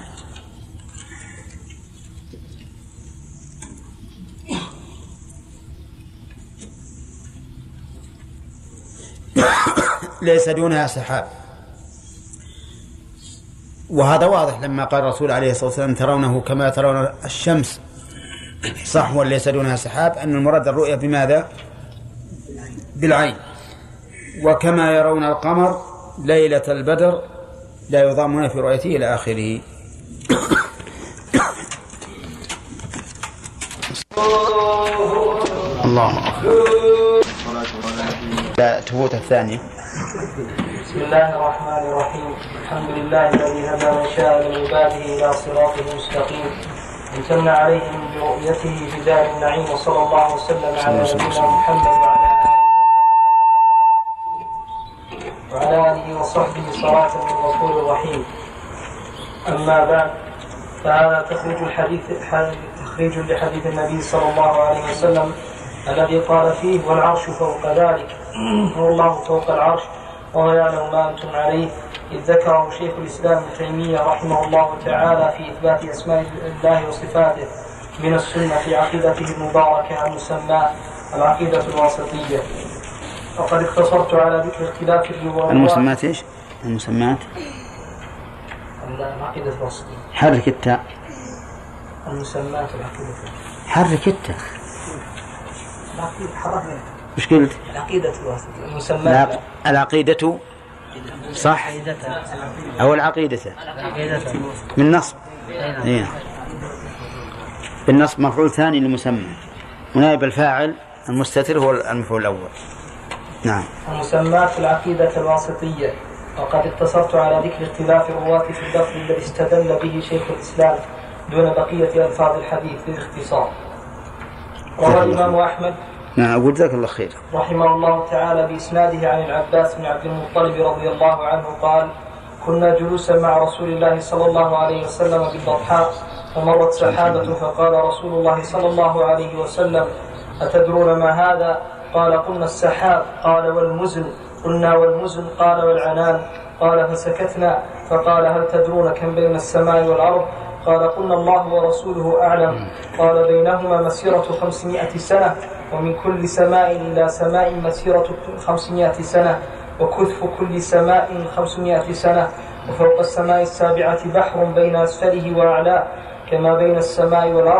ليس دونها سحاب، وهذا واضح لما قال الرسول عليه الصلاة والسلام ترونه كما ترون الشمس صحوا ليس دونها سحاب، أن المراد الرؤية بماذا؟ بالعين. وكما يرون القمر ليلة البدر لا يضامون في رؤيته إلى آخره. الله لا تفوت الثانية. بسم الله الرحمن الرحيم. الحمد لله الذي هدى من شاء من عباده إلى صراط مستقيم، امتن عليهم برؤيته في دار النعيم، وصلى الله وسلم على نبينا محمد وعلى وعلى آله وصحبه صلاة من الغفور الرحيم. أما بعد، فهذا تخريج الحديث تخريج لحديث النبي صلى الله عليه وسلم الذي قال فيه والعرش فوق ذلك، والله فوق العرش وهو يعلم ما أنتم عليه، إذ ذكره شيخ الإسلام ابن تيمية رحمه الله تعالى في إثبات أسماء الله وصفاته من السنة في عقيدته المباركة المسمى العقيدة الواسطية. وقد اختصرت على ذكر اختلاف الروايات. المسمات ايش؟ المسمات العقيدة الواسطية. حرك التاء. المسمات العقيدة. حرك التاء. العقيدة حركنا. مش قلت؟ العقيدة الواسطية. المسمات. العقيدة صح؟ أو العقيدة من نصب. إيه. بالنصب مفعول ثاني للمسمى، ونائب الفاعل المستتر هو المفعول الأول. نعم. المسمات العقيدة الواسطية. وقد اقتصرت على ذكر اختلاف الرواة في اللفظ الذي استدل به شيخ الإسلام دون بقية ألفاظ الحديث بالاختصار. روى الإمام أحمد نعم أقول ذاك الله خير رحمه الله تعالى بإسناده عن العباس بن عبد المطلب رضي الله عنه قال: كنا جلوسا مع رسول الله صلى الله عليه وسلم بالبطحاء، فمرت سحابة فقال رسول الله صلى الله عليه وسلم: أتدرون ما هذا؟ قال: قلنا السحاب. قال: والمزن؟ قلنا والمزن. قال: والعنان. قال: فسكتنا. فقال: هل تدرون كم بين السماء والأرض؟ قال: قلنا الله ورسوله أعلم. قال: بينهما مسيرة خمسمائة سنة، ومن كل سماء إلى سماء مسيرة خمسمائة سنة، وكثف كل سماء خمسمائة سنة، وفوق السماء السابعة بحر بين أسفله وأعلاه كما بين السماء والأرض،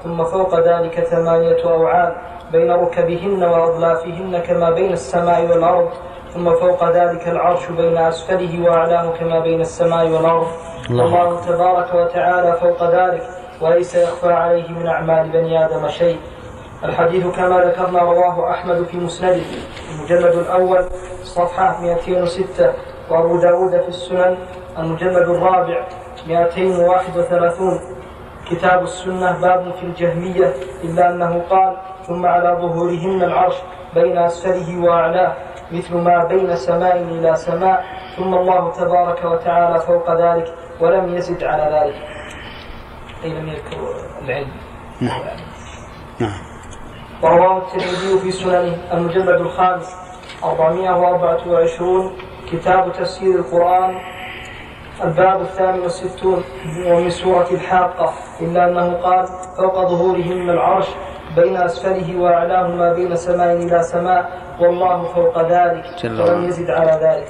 ثم فوق ذلك ثمانية أوعال بين ركبهن وأضلافهن كما بين السماء والأرض، ثم فوق ذلك العرش بين أسفله وأعلاه كما بين السماء والأرض. الله تبارك وتعالى فوق ذلك وليس يخفى عليه من أعمال بني آدم شيء. الحديث كما ذكرنا رواه أحمد في مسنده المجلد الأول صفحة مئتين وستة، وأبو داود في السنن المجلد الرابع مئتين وواحد وثلاثين. كتاب السنة باب في الجهمية إلا أنه قال ثم على ظهورهن العرش بين أسفله وأعلاه مثل ما بين سماء إلى سماء، ثم الله تبارك وتعالى فوق ذلك ولم يزد على ذلك، أي لم يذكر العلم. نعم. نعم. ورواه الترمذي في سننه المجلد الخامس أربعمائة وأربعة وعشرين كتاب تفسير القرآن الباب الثامن والستون ومن سورة الحاقة إلا أنه قال فوق ظهورهم العرش بين أسفله وأعلاه ما بين سماء إلى سماء والله فوق ذلك ولم يزد على ذلك.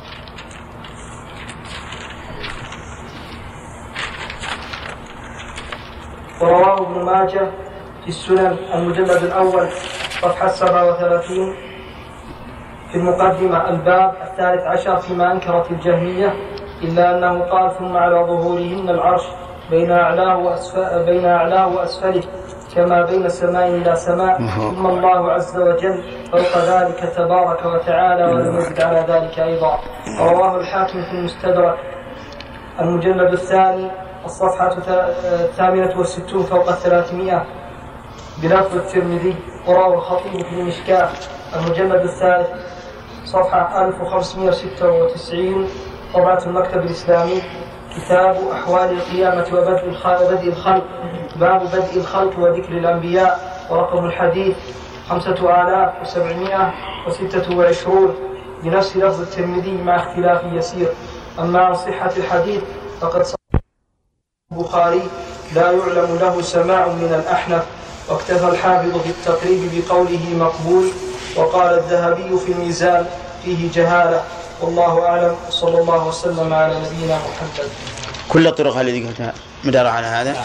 ورواه ابن ماجه في السنن المجلد الأول صفحة سبعة وثلاثين في المقدمة الباب الثالث عشر فيما أنكرت الجهمية إلا أنه قال ثم على ظهورهن العرش بين أعلاه وأسفل بين أعلاه وأسفله كما بين سماء إلى سماء، ثم الله عز وجل فوق ذلك تبارك وتعالى ولم يزد على ذلك أيضا. رواه الحاكم في المستدرك المجلد الثاني الصفحة الثامنة والستون فوق الثلاثمائة بلفظ الترمذي. ورواه الخطيب في المشكاة المجلد الثالث صفحة ألف وخمسمائة وستة وتسعين طبعة المكتب الإسلامي كتاب أحوال القيامة وبدء الخلق باب بدء الخلق وذكر الأنبياء. ورقم الحديث خمسة آلاف وسبعمائة وستة وعشرون بنفس لفظ الترمذي مع اختلاف يسير. أما عن صحة الحديث فقد صح البخاري لا يعلم له سماع من الأحنف، واكتفى الحافظ في التقريب بقوله مقبول، وقال الذهبي في الميزان فيه جهالة، والله أعلم. صلى الله وسلم على نبينا محمد. كل الطرق التي قلتها مدار على هذا.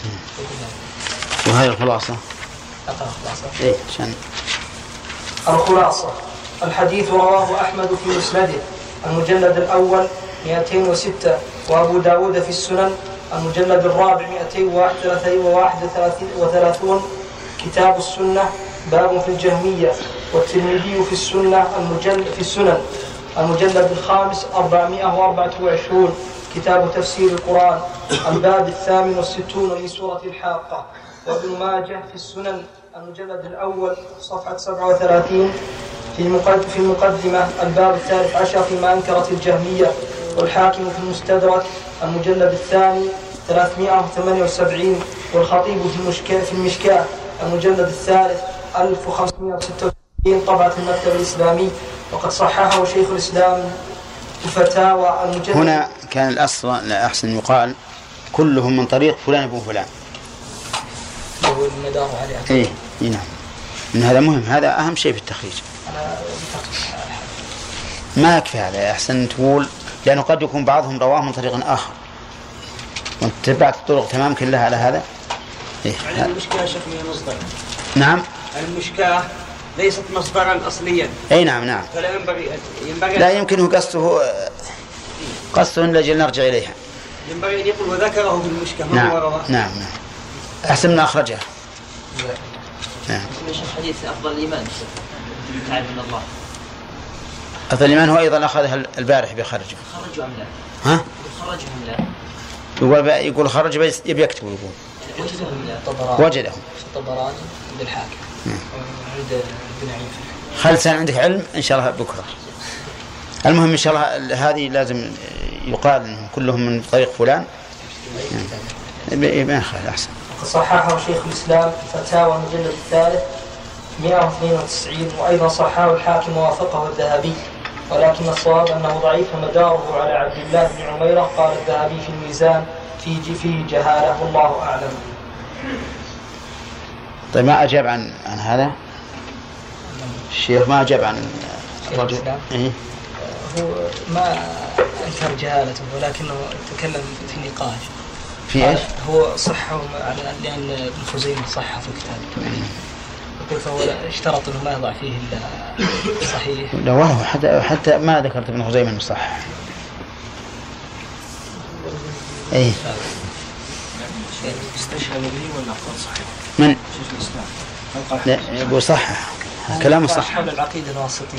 وهذه الخلاصة. إيه شان. الخلاصة الحديث رواه أحمد في مسنده المجلد الأول مئتين وستة، وأبو داود في السنن المجلد الرابع مئتين وواحد وثلاثون. كتاب السنة باب في الجهمية. والترمذي في السنة المجلد في السنن المجلد الخامس أربعمائة وأربعة وعشرين كتاب تفسير القرآن الباب الثامن والستون من سورة الحاقة. وابن ماجه في السنن المجلد الأول صفحة سبعة وثلاثين في المقدمة الباب الثالث عشر فيما أنكرت الجهمية. والحاكم في المستدرك المجلد الثاني ثلاثمائة وثمانية وسبعين. والخطيب في المشكاة المجلد الثالث ألف وخمسمائة وستة وستين طبعة المكتب الإسلامي، وقد صححه شيخ الإسلام في فتاوى المجلد. هنا كان الأصل لا أحسن يقال كلهم من طريق فلان ابن فلان. هو المدار عليه. إيه نعم. إن هذا مهم، هذا أهم شيء في التخريج. ما يكفي هذا، أحسن تقول لأنه قد يكون بعضهم رواه من طريق آخر وتتبعت الطرق تمام كلها على هذا. إيه. يعني المشكلة شكلها مصدر. نعم. المشكلة ليست مصدرا أصليا. أي نعم نعم. فلا ينبغي ينبغي لا يمكنه قصده قصده لجل نرجع إليها. ينبغي أن يقول وذكره في المشكلة. نعم نعم نعم. أحسن من أخرجها. نعم. مش حديث أفضل الإيمان تعالى من الله. أفضل الإيمان هو أيضا أخذها البارح بخرجه. خرجوا أم لا؟ ها؟ خرجوا أم لا؟ يقول يقول خرج بس يبي يكتب يقول. وجدهم لا. وجدهم. الطبراني عند الحاكم. عند ابن عيينة. خلصان عندك علم إن شاء الله بكرة. المهم إن شاء الله هذه لازم يقال إنهم كلهم من طريق فلان. يبقى خير أحسن. صححه شيخ الإسلام فتاوى المجلد الثالث مئة واثنين وتسعين، وأيضا صححه الحاكم ووافقه الذهبي، ولكن الصواب أنه ضعيف مداره على عبد الله بن عميرة. قال الذهبي في الميزان فيه فيه جهالة، والله أعلم. طيب ما أجاب عن عن هذا الشيخ، ما أجاب عن الرجل. إيه؟ هو ما أنكر جهالته ولكنه تكلم في نقاش في ايش؟ هو صحه على لأن ابن خزيمة صحه في كتاب التوحيد، يقول فهو اشترط انه ما يضع فيه الا صحيح. لا والله حتى حتى ما ذكرت ابن خزيمة انه صح. اي استشهد به ولا قال صحيح؟ من؟ شيخ الاسلام. لا يقول صح، كلامه صح. حول العقيدة الواسطية.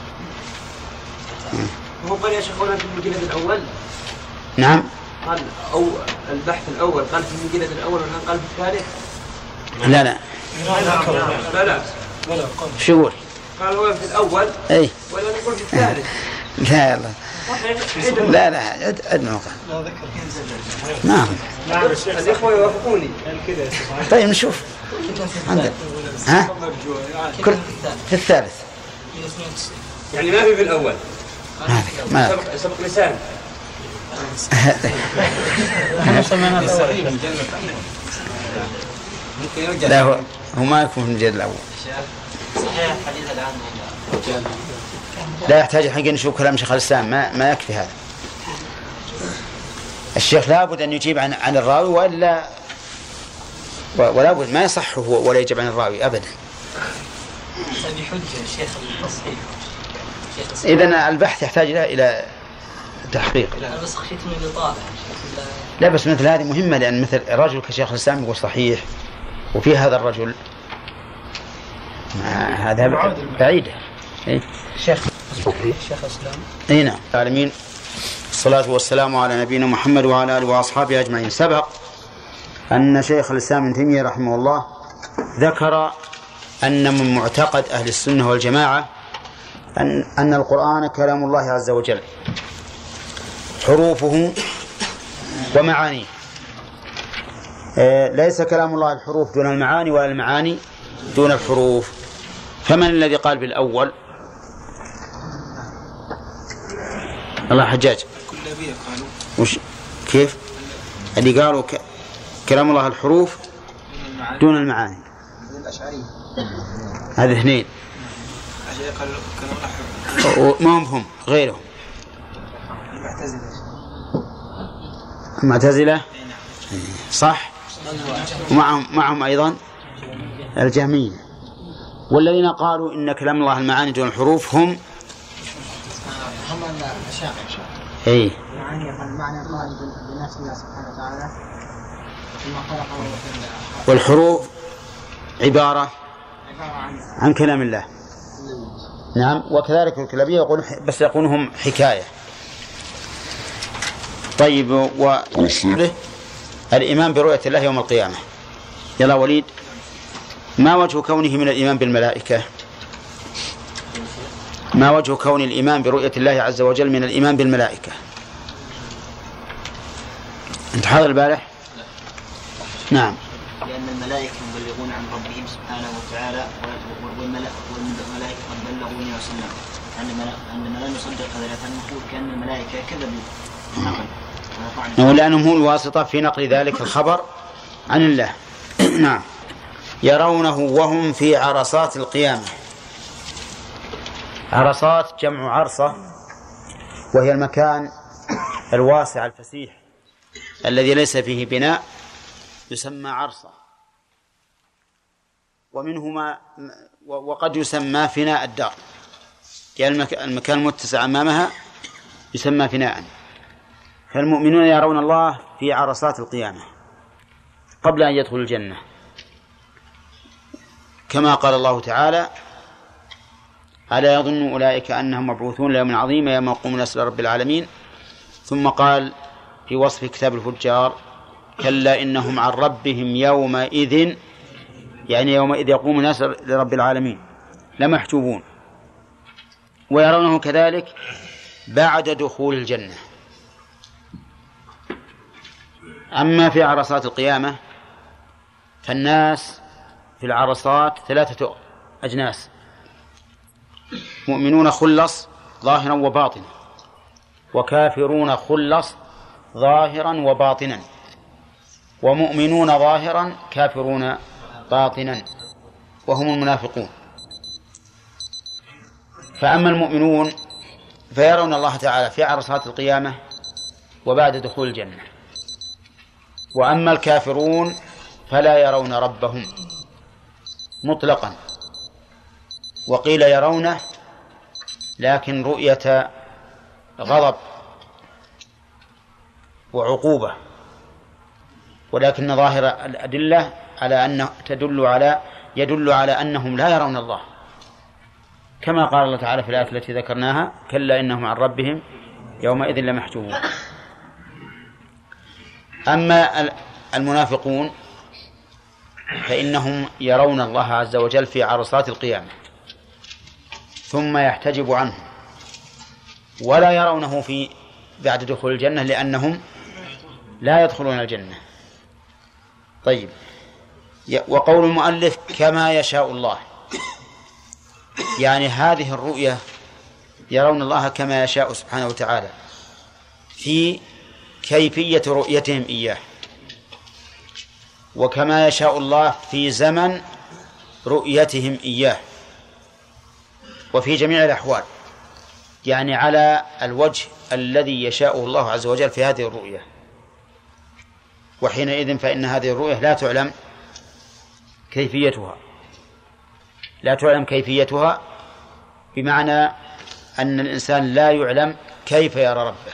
هو قال يا شيخ هنا في المجلد الأول. نعم. قال أو البحث الأول قال في المجلد الأول ولا قال في الثالث؟ لا لا. لا لا. شو يقول؟ قال هو في الأول. أي. ولا نقول في الثالث. لا يلا. لا لا عد عد موقع. نعم. الإخوة يوافقوني. طيب نشوف. عندك. ها؟ كل في الثالث. يعني ما في في الأول. ما ما. سبق سبق لسان. لا هو هو ما يكون في المجلد الأول. صحيح الحديث الآن لا يحتاج الحين نشوف كلام شيخ الإسلام، ما ما يكفي هذا. الشيخ لابد أن يجيب عن عن الراوي وإلا ولا بد ما يصح هو ولا يجيب عن الراوي أبدا. هذه حجة الشيخ التصحيح. إذن البحث يحتاج إلى إلى تحقيق. أنا بس خشيت من الإطالة. لا بس مثل هذه مهمة، لأن مثل رجل كشيخ الإسلام يقول صحيح وفي هذا الرجل هذا بعيدة. إيه؟ شيخ شيخ الإسلام. أي نعم. العالمين، الصلاة والسلام على نبينا محمد وعلى آله وأصحابه أجمعين. سبق أن شيخ الإسلام ابن تيمية رحمه الله ذكر أن من معتقد أهل السنة والجماعة أن أن القرآن كلام الله عز وجل، حروفه ومعانيه. ليس كلام الله الحروف دون المعاني ولا المعاني دون الحروف. فمن الذي قال بالأول؟ الله حجاج. وش كيف اللي قالوا ك... كلام الله الحروف دون المعاني؟ هذه اثنين ما هم هم غيرهم. المعتزلة صح، ومعهم معهم أيضا الجهمية. والذين قالوا إن كلام الله المعاني دون الحروف هم هم الأشاعرة. إيه. يعني المعنى قال بنفس الله سبحانه وتعالى ثم خلق. والحروف عبارة عن كلام الله. نعم. وكذلك الكلابية يقول بس يقولهم حكاية. طيب و الإيمان برؤية الله يوم القيامة. يلا وليد، ما وجه كونه من الإيمان بالملائكة؟ ما وجه كون الإيمان برؤية الله عز وجل من الإيمان بالملائكة؟ أنت حاضر البارح؟ نعم. لأن الملائكة يبلغون عن ربهم سبحانه وتعالى، والملائكة قد بلغوني وسلم. عندما لا نصدق هذا نقول كأن الملائكة كذبوا نقل، لأنهم هم الواسطة في نقل ذلك الخبر عن الله. نعم. يرونه وهم في عرصات القيامة. عرصات جمع عرصة، وهي المكان الواسع الفسيح الذي ليس فيه بناء يسمى عرصة. ومنهما وقد يسمى فناء الدار، يعني المكان المتسع أمامها يسمى فناء. فالمؤمنون يرون الله في عرصات القيامة قبل أن يدخلوا الجنة، كما قال الله تعالى: ألا يظن أولئك أنهم مبعوثون ليوم عظيم يوم يقوم الناس لرب العالمين. ثم قال في وصف كتاب الفجار: كلا إنهم عن ربهم يومئذ، يعني يومئذ يقوم الناس لرب العالمين، لمحجوبون. ويرونه كذلك بعد دخول الجنة. أما في عرصات القيامة فالناس في العرصات ثلاثة أجناس: مؤمنون خلص ظاهرا وباطنا، وكافرون خلص ظاهرا وباطنا، ومؤمنون ظاهرا كافرون باطنا، وهم المنافقون. فأما المؤمنون فيرون الله تعالى في عرصات القيامة وبعد دخول الجنة. وأما الكافرون فلا يرون ربهم مطلقا، وقيل يرونه لكن رؤية غضب وعقوبة، ولكن ظاهر الأدلة على أنه تدل على يدل على أنهم لا يرون الله، كما قال الله تعالى في الآية التي ذكرناها: كلا إنهم عن ربهم يومئذ لمحجوبون. أما المنافقون فإنهم يرون الله عز وجل في عرصات القيامة ثم يحتجب عنهم، ولا يرونه في بعد دخول الجنة لأنهم لا يدخلون الجنة. طيب، وقول المؤلف كما يشاء الله، يعني هذه الرؤية يرون الله كما يشاء سبحانه وتعالى في كيفية رؤيتهم إياه، وكما يشاء الله في زمن رؤيتهم إياه، وفي جميع الأحوال، يعني على الوجه الذي يشاءه الله عز وجل في هذه الرؤية. وحينئذ فإن هذه الرؤية لا تعلم كيفيتها لا تعلم كيفيتها بمعنى أن الإنسان لا يعلم كيف يرى ربه،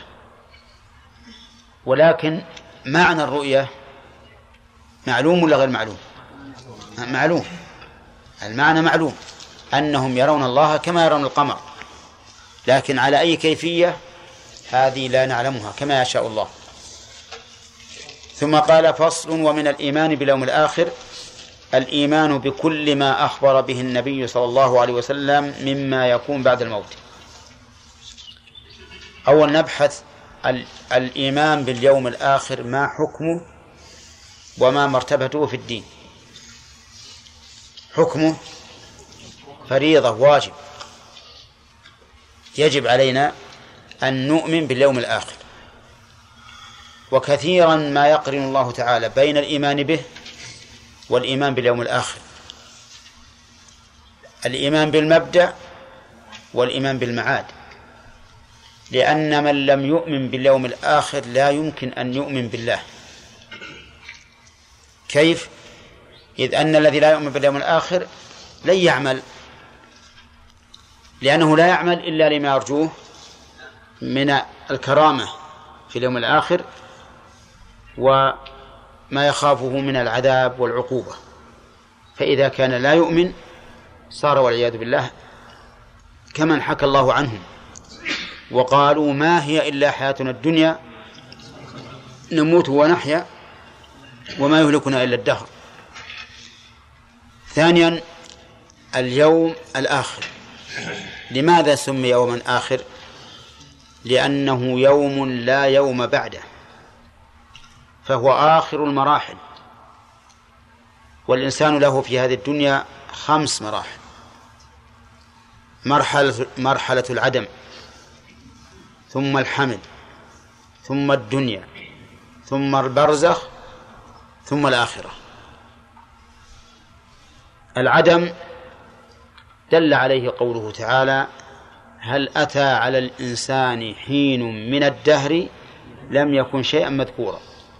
ولكن معنى الرؤية معلوم ولا غير معلوم؟ معلوم، المعنى معلوم، أنهم يرون الله كما يرون القمر، لكن على أي كيفية هذه لا نعلمها، كما يشاء الله. ثم قال: فصل: ومن الإيمان باليوم الآخر الإيمان بكل ما أخبر به النبي صلى الله عليه وسلم مما يكون بعد الموت. أول نبحث الإيمان باليوم الآخر، ما حكمه وما مرتبته في الدين. حكمه فريضة واجب، يجب علينا أن نؤمن باليوم الآخر، وكثيرا ما يقرن الله تعالى بين الإيمان به والإيمان باليوم الآخر، الإيمان بالمبدأ والإيمان بالمعاد، لأن من لم يؤمن باليوم الآخر لا يمكن أن يؤمن بالله. كيف؟ إذ أن الذي لا يؤمن باليوم الآخر لن يعمل، لأنه لا يعمل إلا لما يرجوه من الكرامة في اليوم الآخر وما يخافه من العذاب والعقوبة. فإذا كان لا يؤمن صار والعياذ بالله كمن حكى الله عنهم وقالوا: ما هي إلا حياتنا الدنيا نموت ونحيا وما يهلكنا إلا الدهر. ثانيا اليوم الآخر. لماذا سمي يوما آخر؟ لأنه يوم لا يوم بعده، فهو آخر المراحل، والإنسان له في هذه الدنيا خمس مراحل: مرحلة, مرحلة العدم، ثم الحمل، ثم الدنيا، ثم البرزخ، ثم الآخرة. العدم دل عليه قوله تعالى: هل أتى على الإنسان حين من الدهر لم يكن شيئا مذكورا.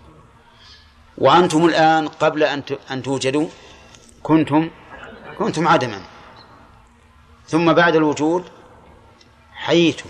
وأنتم الآن قبل أن توجدوا كنتم كنتم عدما، ثم بعد الوجود حييتم.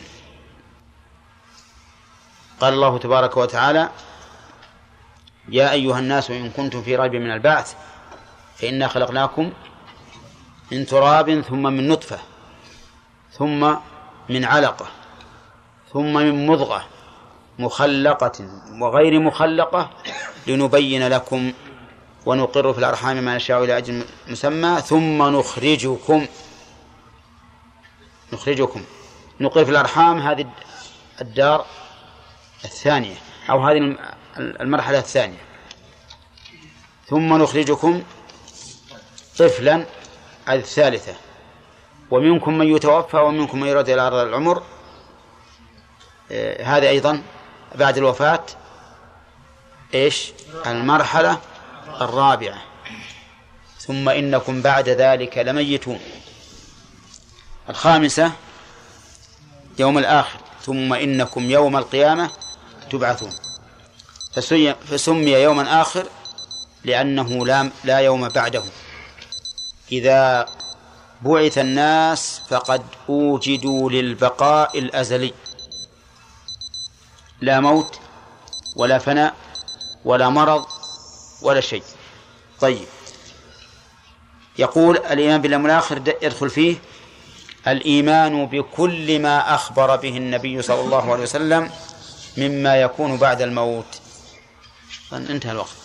قال الله تبارك وتعالى: يا أيها الناس إن كنتم في ريب من البعث فإنا خلقناكم من تراب ثم من نطفة ثم من علقة ثم من مضغة مخلقة وغير مخلقة لنبين لكم ونقر في الأرحام ما نشاء إلى أجل مسمى ثم نخرجكم نخرجكم نقر في الأرحام. هذه الدار الثانية أو هذه المرحلة الثانية. ثم نخرجكم طفلا الثالثة. ومنكم من يتوفى ومنكم من يرد إلى أرض العمر. هذا أيضا بعد الوفاة إيش المرحلة الرابعة. ثم إنكم بعد ذلك لميتون. الخامسة يوم الآخر. ثم إنكم يوم القيامة تبعثون. فسمي يوما آخر لأنه لا, لا يوم بعده. إذا بعث الناس فقد أوجدوا للبقاء الأزلي، لا موت ولا فناء ولا مرض ولا شيء. طيب، يقول الإيمان باليوم الآخر يدخل فيه الإيمان بكل ما أخبر به النبي صلى الله عليه وسلم مما يكون بعد الموت. انتهى الوقت.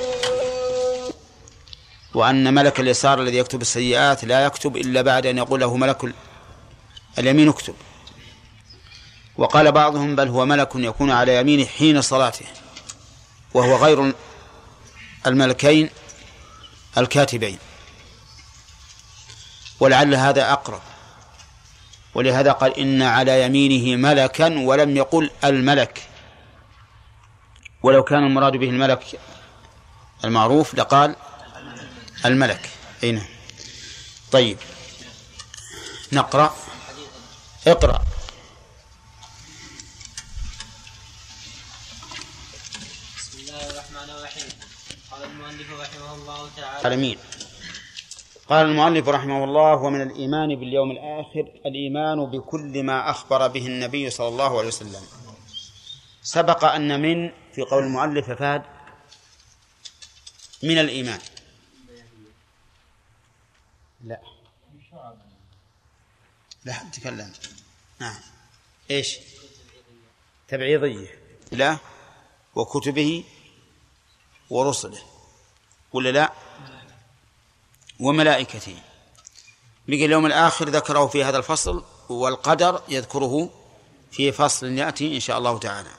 وأن ملك اليسار الذي يكتب السيئات لا يكتب إلا بعد أن يقول له ملك اليمين اكتب. وقال بعضهم بل هو ملك يكون على يمينه حين صلاته، وهو غير الملكين الكاتبين، ولعل هذا أقرب، ولهذا قال إن على يمينه ملكا ولم يقل الملك، ولو كان المراد به الملك المعروف لقال الملك. أين؟ طيب نقرأ. اقرأ. بسم الله الرحمن الرحيم. قال المؤلف رحمه الله تعالى العالمين. قال المؤلف رحمه الله ومن الإيمان باليوم الآخر الإيمان بكل ما أخبر به النبي صلى الله عليه وسلم. سبق أن من في قول المؤلف فاد من الإيمان لا لا تكلم. نعم. إيش؟ تبعيضية. لا، وكتبه ورسله ولا لا، وملائكته. بقي اليوم الآخر ذكره في هذا الفصل، والقدر يذكره في فصل يأتي إن شاء الله تعالى.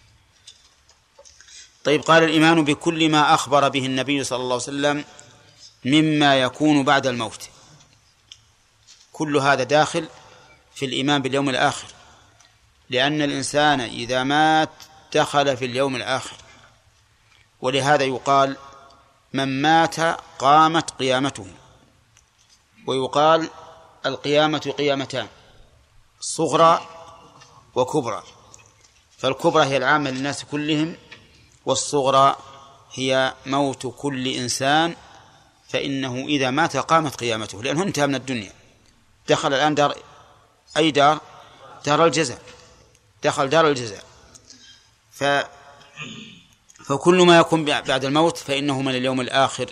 طيب، قال الإيمان بكل ما أخبر به النبي صلى الله عليه وسلم مما يكون بعد الموت. كل هذا داخل في الإيمان باليوم الآخر، لأن الإنسان إذا مات دخل في اليوم الآخر. ولهذا يقال من مات قامت قيامته، ويقال القيامة قيامتان صغرى وكبرى، فالكبرى هي العامة للناس كلهم، والصغرى هي موت كل إنسان، فإنه إذا مات قامت قيامته، لأنه انتهى من الدنيا، دخل الآن دار أي دار؟ دار الجزاء، دخل دار الجزاء. ف فكل ما يكون بعد الموت فإنه من اليوم الآخر.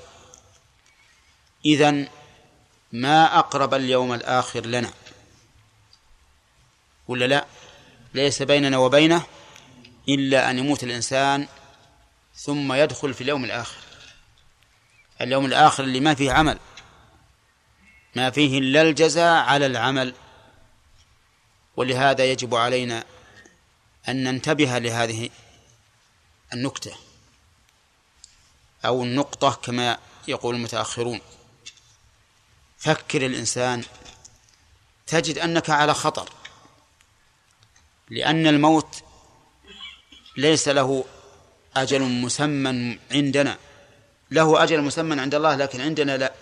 إذن ما أقرب اليوم الآخر لنا ولا لا؟ ليس بيننا وبينه إلا أن يموت الإنسان ثم يدخل في اليوم الآخر. اليوم الآخر اللي ما فيه عمل، ما فيه إلا الجزاء على العمل. ولهذا يجب علينا أن ننتبه لهذه النكتة أو النقطة كما يقول المتأخرون. فكر الإنسان تجد أنك على خطر، لأن الموت ليس له أجل مسمى عندنا، له أجل مسمى عند الله لكن عندنا لا.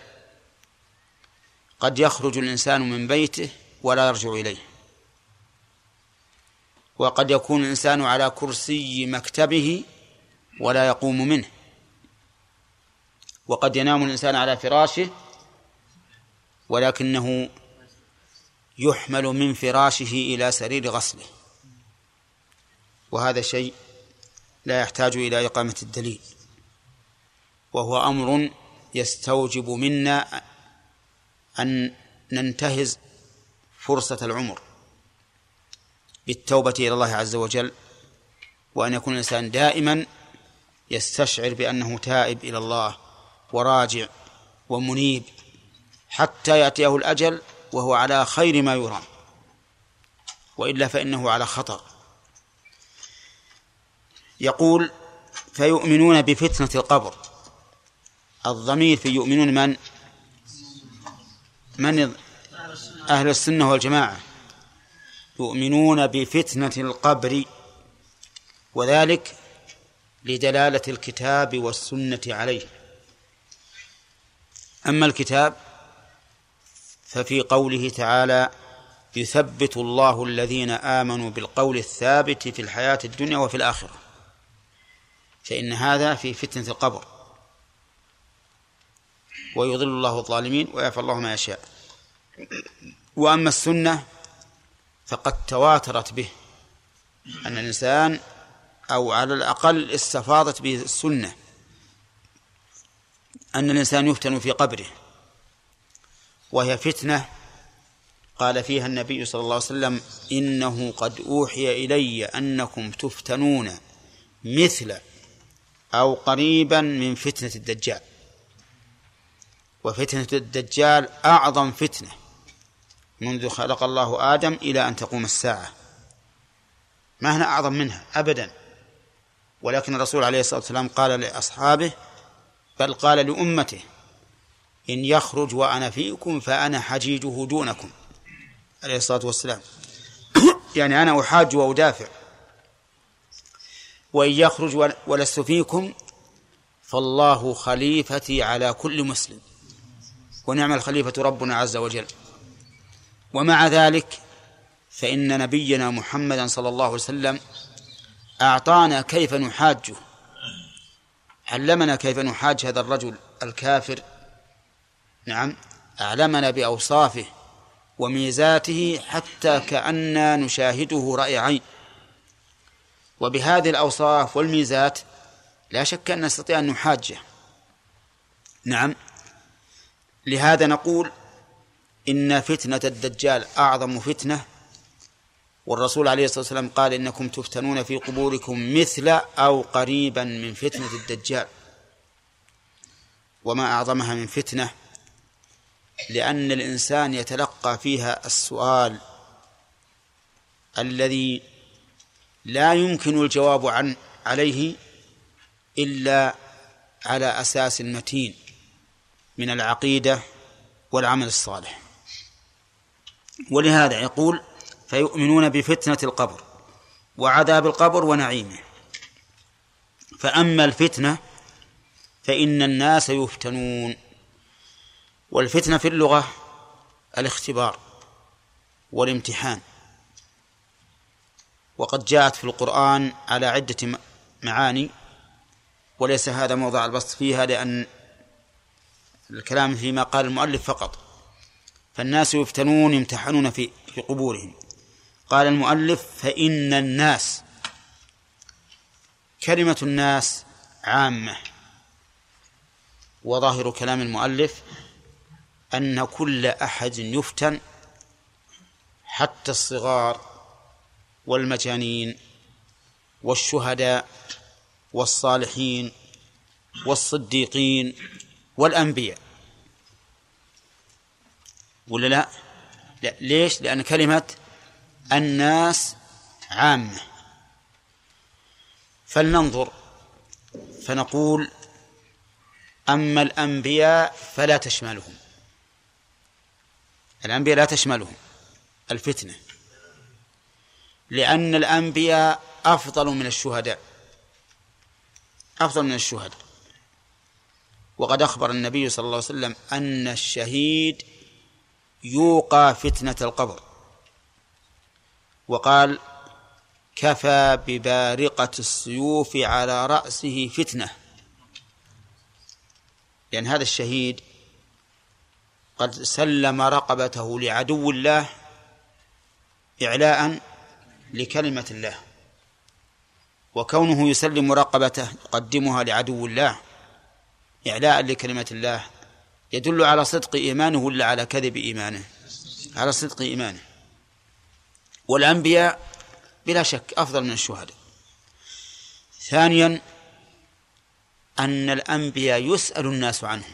قد يخرج الإنسان من بيته ولا يرجع إليه، وقد يكون الإنسان على كرسي مكتبه ولا يقوم منه، وقد ينام الإنسان على فراشه ولكنه يحمل من فراشه إلى سرير غسله، وهذا شيء لا يحتاج إلى إقامة الدليل، وهو أمر يستوجب منا أن ننتهز فرصة العمر بالتوبة إلى الله عز وجل، وأن يكون الإنسان دائما يستشعر بأنه تائب إلى الله وراجع ومنيب حتى يأتيه الأجل وهو على خير ما يرام، وإلا فإنه على خطر. يقول فيؤمنون بفتنة القبر. الضمير في يؤمنون من؟ من أهل السنة والجماعة. يؤمنون بفتنة القبر، وذلك لدلالة الكتاب والسنة عليه. أما الكتاب ففي قوله تعالى يثبت الله الذين آمنوا بالقول الثابت في الحياة الدنيا وفي الآخرة. فإن هذا في فتنة القبر، ويضل الله الظالمين ويفعل الله ما يشاء. وأما السنة فقد تواترت به أن الإنسان أو على الأقل استفاضت به السنة أن الإنسان يفتن في قبره، وهي فتنة قال فيها النبي صلى الله عليه وسلم: إنه قد أوحي إلي أنكم تفتنون مثل أو قريبا من فتنة الدجال. وفتنة الدجال أعظم فتنة منذ خلق الله آدم إلى أن تقوم الساعة، ما هنا أعظم منها أبدا. ولكن الرسول عليه الصلاة والسلام قال لأصحابه، بل قال لأمته: إن يخرج وأنا فيكم فأنا حجيجه دونكم، عليه الصلاة والسلام. يعني أنا أحاج وأدافع، وإن يخرج ولست فيكم فالله خليفتي على كل مسلم، ونعم الخليفة ربنا عز وجل. ومع ذلك فإن نبينا محمدا صلى الله عليه وسلم أعطانا كيف نحاجه، علمنا كيف نحاج هذا الرجل الكافر. نعم، أعلمنا بأوصافه وميزاته حتى كأننا نشاهده رأي عين. وبهذه الأوصاف والميزات لا شك أن نستطيع أن نحاجه. نعم، لهذا نقول إن فتنة الدجال أعظم فتنة، والرسول عليه الصلاة والسلام قال: إنكم تفتنون في قبوركم مثل أو قريبا من فتنة الدجال. وما أعظمها من فتنة، لأن الإنسان يتلقى فيها السؤال الذي لا يمكن الجواب عن عليه إلا على أساس متين من العقيدة والعمل الصالح. ولهذا يقول: فيؤمنون بفتنة القبر وعذاب القبر ونعيمه. فأما الفتنة فإن الناس يفتنون. والفتنة في اللغة الاختبار والامتحان، وقد جاءت في القرآن على عدة معاني، وليس هذا موضع البسط فيها لأن الكلام فيما قال المؤلف فقط. فالناس يفتنون يمتحنون في في قبورهم. قال المؤلف: فإن الناس، كلمة الناس عامة، وظاهر كلام المؤلف أن كل أحد يفتن، حتى الصغار والمجانين والشهداء والصالحين والصديقين والأنبياء. ولا لا؟ لا. ليش؟ لأن كلمة الناس عامة. فلننظر فنقول: أما الأنبياء فلا تشملهم، الأنبياء لا تشملهم الفتنة، لأن الأنبياء أفضل من الشهداء، أفضل من الشهداء. وقد أخبر النبي صلى الله عليه وسلم أن الشهيد يوقى فتنة القبر، وقال: كفى ببارقة السيوف على رأسه فتنة. لأن هذا الشهيد قد سلم رقبته لعدو الله إعلاء لكلمة الله، وكونه يسلم رقبته يقدمها لعدو الله إعلاء لكلمة الله يدل على صدق إيمانه ولا على كذب إيمانه؟ على صدق إيمانه. والأنبياء بلا شك أفضل من الشهداء. ثانيا، أن الأنبياء يسأل الناس عنهم،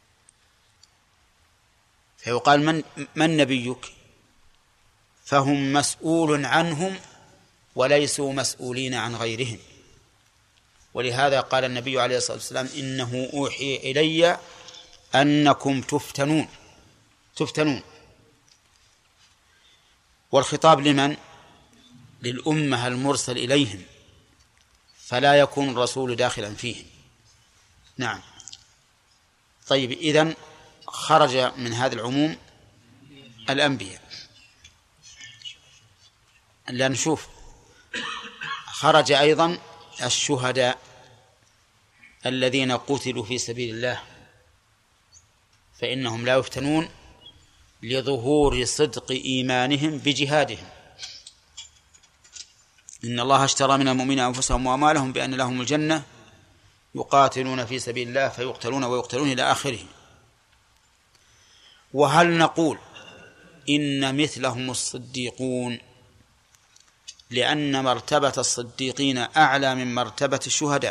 فيقال: من, من نبيك؟ فهم مسؤول عنهم وليسوا مسؤولين عن غيرهم. ولهذا قال النبي عليه الصلاة والسلام: إنه أوحي إلي أنكم تفتنون تفتنون والخطاب لمن؟ للأمة المرسل إليهم، فلا يكون الرسول داخلا فيهم. نعم. طيب، إذن خرج من هذا العموم الأنبياء. لا نشوف، خرج أيضا الشهداء الذين قتلوا في سبيل الله فإنهم لا يفتنون لظهور صدق إيمانهم بجهادهم. إن الله اشترى من المؤمنين أنفسهم وأموالهم بأن لهم الجنة يقاتلون في سبيل الله فيقتلون ويقتلون إلى آخره. وهل نقول إن مثلهم الصديقون لأن مرتبة الصديقين أعلى من مرتبة الشهداء،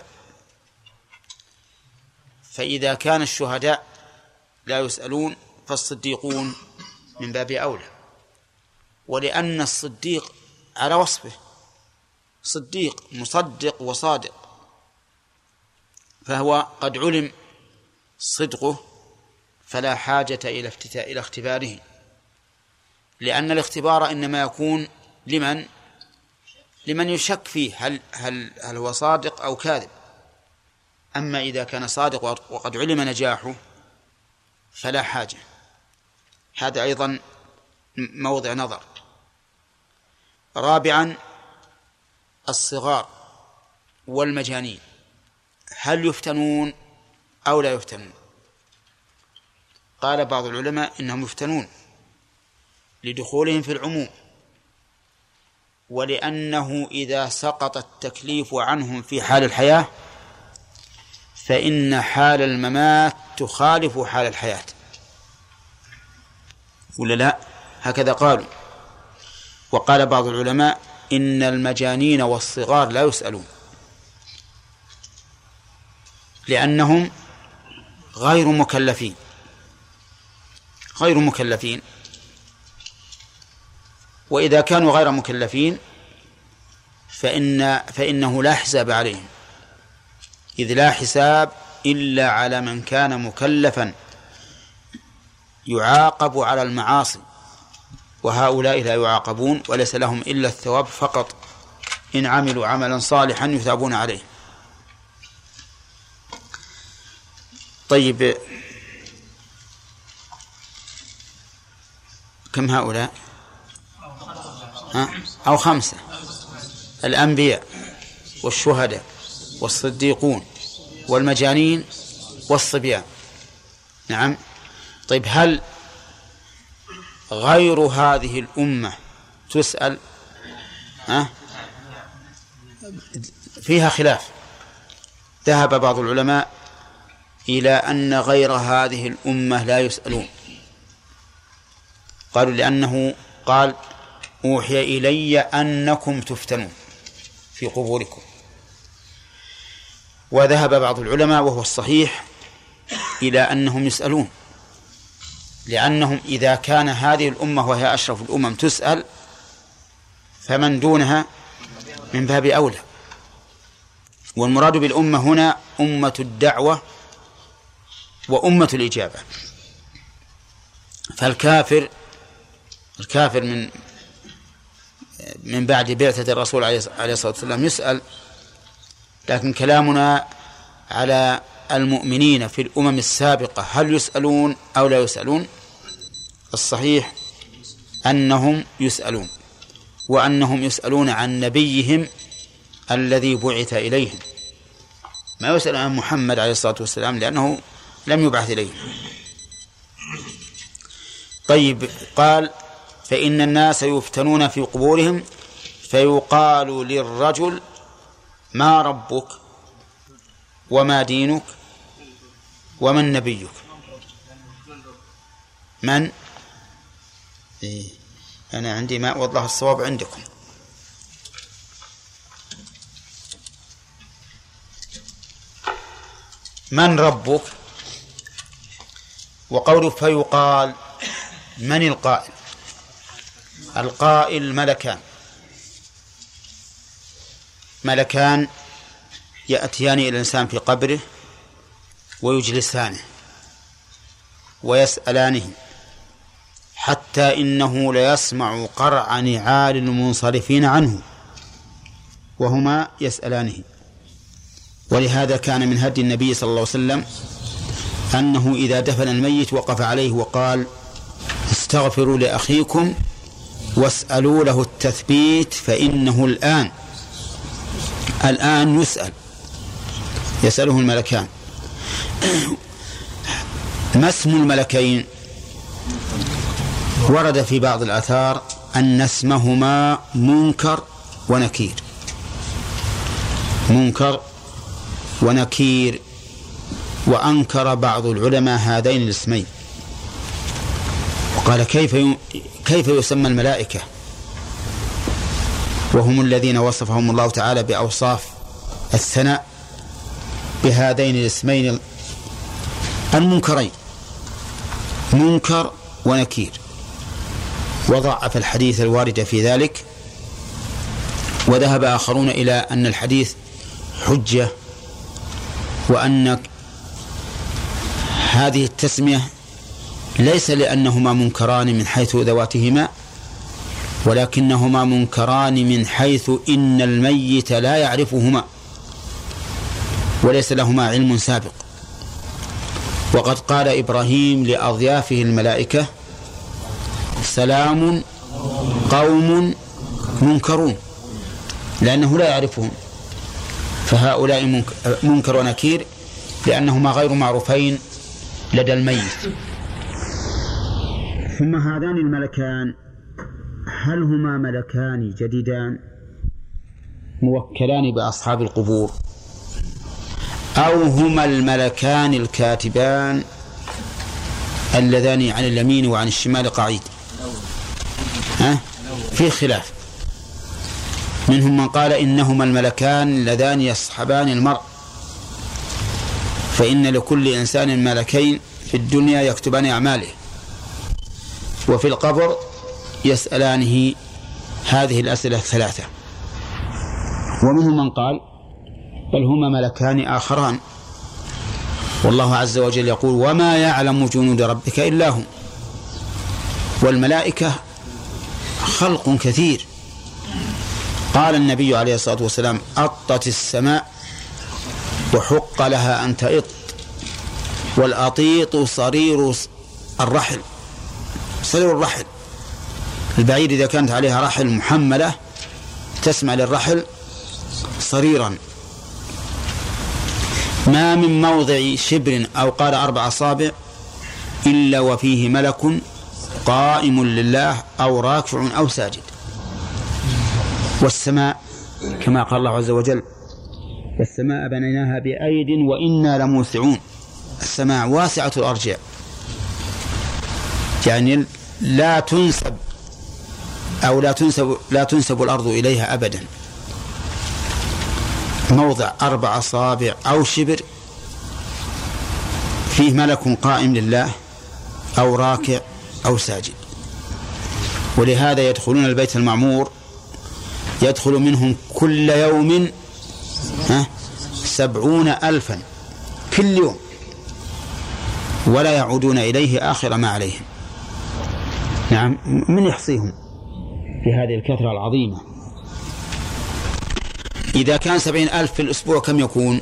فإذا كان الشهداء لا يسألون فالصديقون من باب أولى، ولأن الصديق على وصفه صديق مصدق وصادق، فهو قد علم صدقه فلا حاجة إلى افتتاء إلى اختباره، لأن الاختبار إنما يكون لمن لمن يشك فيه هل هل هل هو صادق أو كاذب. أما إذا كان صادق وقد علم نجاحه فلا حاجة. هذا أيضا موضع نظر. رابعا الصغار والمجانين هل يفتنون أو لا يفتنون؟ قال بعض العلماء إنهم يفتنون لدخولهم في العموم، ولأنه إذا سقط التكليف عنهم في حال الحياة فإن حال الممات تخالف حال الحياة، ولا لا؟ هكذا قالوا. وقال بعض العلماء إن المجانين والصغار لا يسألون لأنهم غير مكلفين غير مكلفين وإذا كانوا غير مكلفين فإن فإنه لا حساب عليهم، إذ لا حساب إلا على من كان مكلفا يعاقب على المعاصي، وهؤلاء لا يعاقبون وليس لهم إلا الثواب فقط إن عملوا عملا صالحا يثابون عليه. طيب، كم هؤلاء؟ ها؟ أو خمسة: الأنبياء والشهداء والصديقون والمجانين والصبيان. نعم. طيب، هل غير هذه الأمة تسأل؟ ها؟ فيها خلاف. ذهب بعض العلماء إلى أن غير هذه الأمة لا يسألون، قالوا لأنه قال: أوحي إلي أنكم تفتنون في قبوركم. وذهب بعض العلماء وهو الصحيح إلى أنهم يسألون، لأنهم إذا كان هذه الأمة وهي أشرف الأمم تسأل فمن دونها من باب أولى. والمراد بالأمة هنا أمة الدعوة وأمة الإجابة. فالكافر الكافر من من بعد بعثة الرسول عليه الصلاة والسلام يسأل، لكن كلامنا على المؤمنين في الأمم السابقة هل يسألون أو لا يسألون؟ الصحيح أنهم يسألون، وأنهم يسألون عن نبيهم الذي بعث إليهم، ما يسأل عن محمد عليه الصلاة والسلام لأنه لم يبعث إليه. طيب، قال: فإن الناس يفتنون في قبورهم فيقال للرجل: ما ربك وما دينك ومن نبيك؟ من؟ إيه؟ أنا عندي ما والله الصواب عندكم. من ربك؟ وقوله فيقال، من القائل؟ القائل ملكان ملكان يأتيان إلى الإنسان في قبره ويجلسانه ويسألانه حتى إنه ليسمع قرع نعال المنصرفين عنه وهما يسألانه. ولهذا كان من هدي النبي صلى الله عليه وسلم أنه إذا دفن الميت وقف عليه وقال: استغفروا لأخيكم واسألوا له التثبيت فإنه الآن الآن يسأل يسأله الملكان. ما اسم الملكين؟ ورد في بعض الآثار أن اسمهما منكر ونكير، منكر ونكير، وأنكر بعض العلماء هذين الاسمين وقال كيف كيف يسمى الملائكة وهم الذين وصفهم الله تعالى بأوصاف الثناء بهذين الاسمين المنكرين، منكر ونكير. وضعف الحديث الوارد في ذلك، وذهب آخرون إلى أن الحديث حجة، وأن هذه التسمية ليس لأنهما منكران من حيث ذواتهما، ولكنهما منكران من حيث إن الميت لا يعرفهما وليس لهما علم سابق. وقد قال إبراهيم لأضيافه الملائكة سلام قوم منكرون، لأنه لا يعرفهم، فهؤلاء منكر ونكير لأنهما غير معروفين لدى الميت. ثم هذان الملكان هل هما ملكان جديدان موكلان بأصحاب القبور، أو هما الملكان الكاتبان اللذان عن اليمين وعن الشمال قعيد؟ ها؟ في خلاف، منهم من قال إنهما الملكان اللذان يصحبان المرء، فإن لكل إنسان ملكين في الدنيا يكتبان أعماله، وفي القبر يسألانه هذه الأسئلة الثلاثة. ومنهم من قال بل هما ملكان آخران، والله عز وجل يقول وما يعلم جنود ربك إلا هم. والملائكة خلق كثير، قال النبي عليه الصلاة والسلام أطت السماء وحق لها أن تئط، والأطيط صرير الرحل، صرير الرحل، البعير إذا كانت عليها رحل محملة تسمع للرحل صريرا. ما من موضع شبر أو قال أربع أصابع إلا وفيه ملك قائم لله أو راكع أو ساجد. والسماء كما قال الله عز وجل والسماء بنيناها بأيد وإنا لموسعون، السماء واسعة الأرجاء، يعني لا تنسب أو لا تنسب, لا تنسب الأرض إليها أبدا. موضع أربع أصابع أو شبر فيه ملك قائم لله أو راكع أو ساجد. ولهذا يدخلون البيت المعمور يدخل منهم كل يوم ها سبعون ألفا كل يوم، ولا يعودون إليه آخر ما عليهم. نعم، من يحصيهم في هذه الكثرة العظيمة؟ إذا كان سبعين ألف في الأسبوع كم يكون؟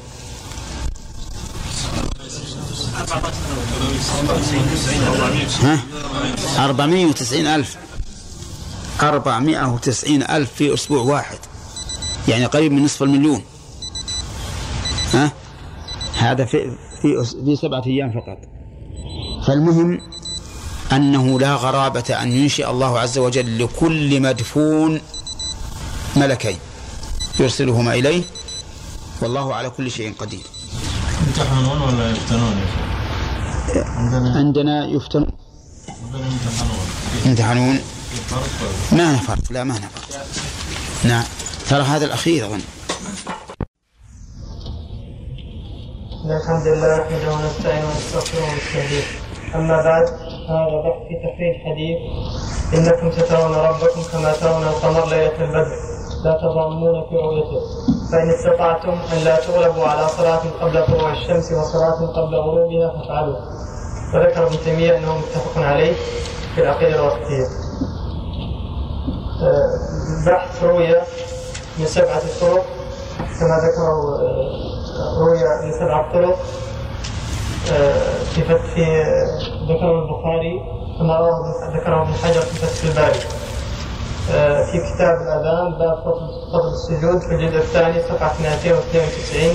ها؟ أربعمائة وتسعين ألف، أربعمائة وتسعين ألف في أسبوع واحد، يعني قريب من نصف المليون. ها؟ هذا في, في, في سبعة أيام فقط. فالمهم أنه لا غرابة أن ينشئ الله عز وجل لكل مدفون ملكين يرسلهما إليه، والله على كل شيء قدير. يمتحنون ولا يفتنون؟ عندنا, عندنا يفتنون. يمتحنون ما نفرق، لا ما نفرق. نعم، ترى هذا الأخير أظن. الحمد لله نحمده ونستعينه ونستغفره ونستهديه. أما بعد، هذا بحث في تخريج حديث إنكم سترون ربكم كما ترون القمر ليلة البدر لا تضامون في رؤيته، فإن استطعتم أن لا تغلبوا على صلاة قبل طلوع الشمس وصلاة قبل غروبها فافعلوا. وذكر ابن تيمية أنه متفق عليه في العقيدة الوسطية. بحث روي من سبعة طرق كما ذكروا، روي من سبعة طرق في في ذكره البخاري كما ذكره ابن حجر في فتح الباري في كتاب الأذان باب فضل السجود في الجزء الثاني صفحة مئتين واثنين وتسعين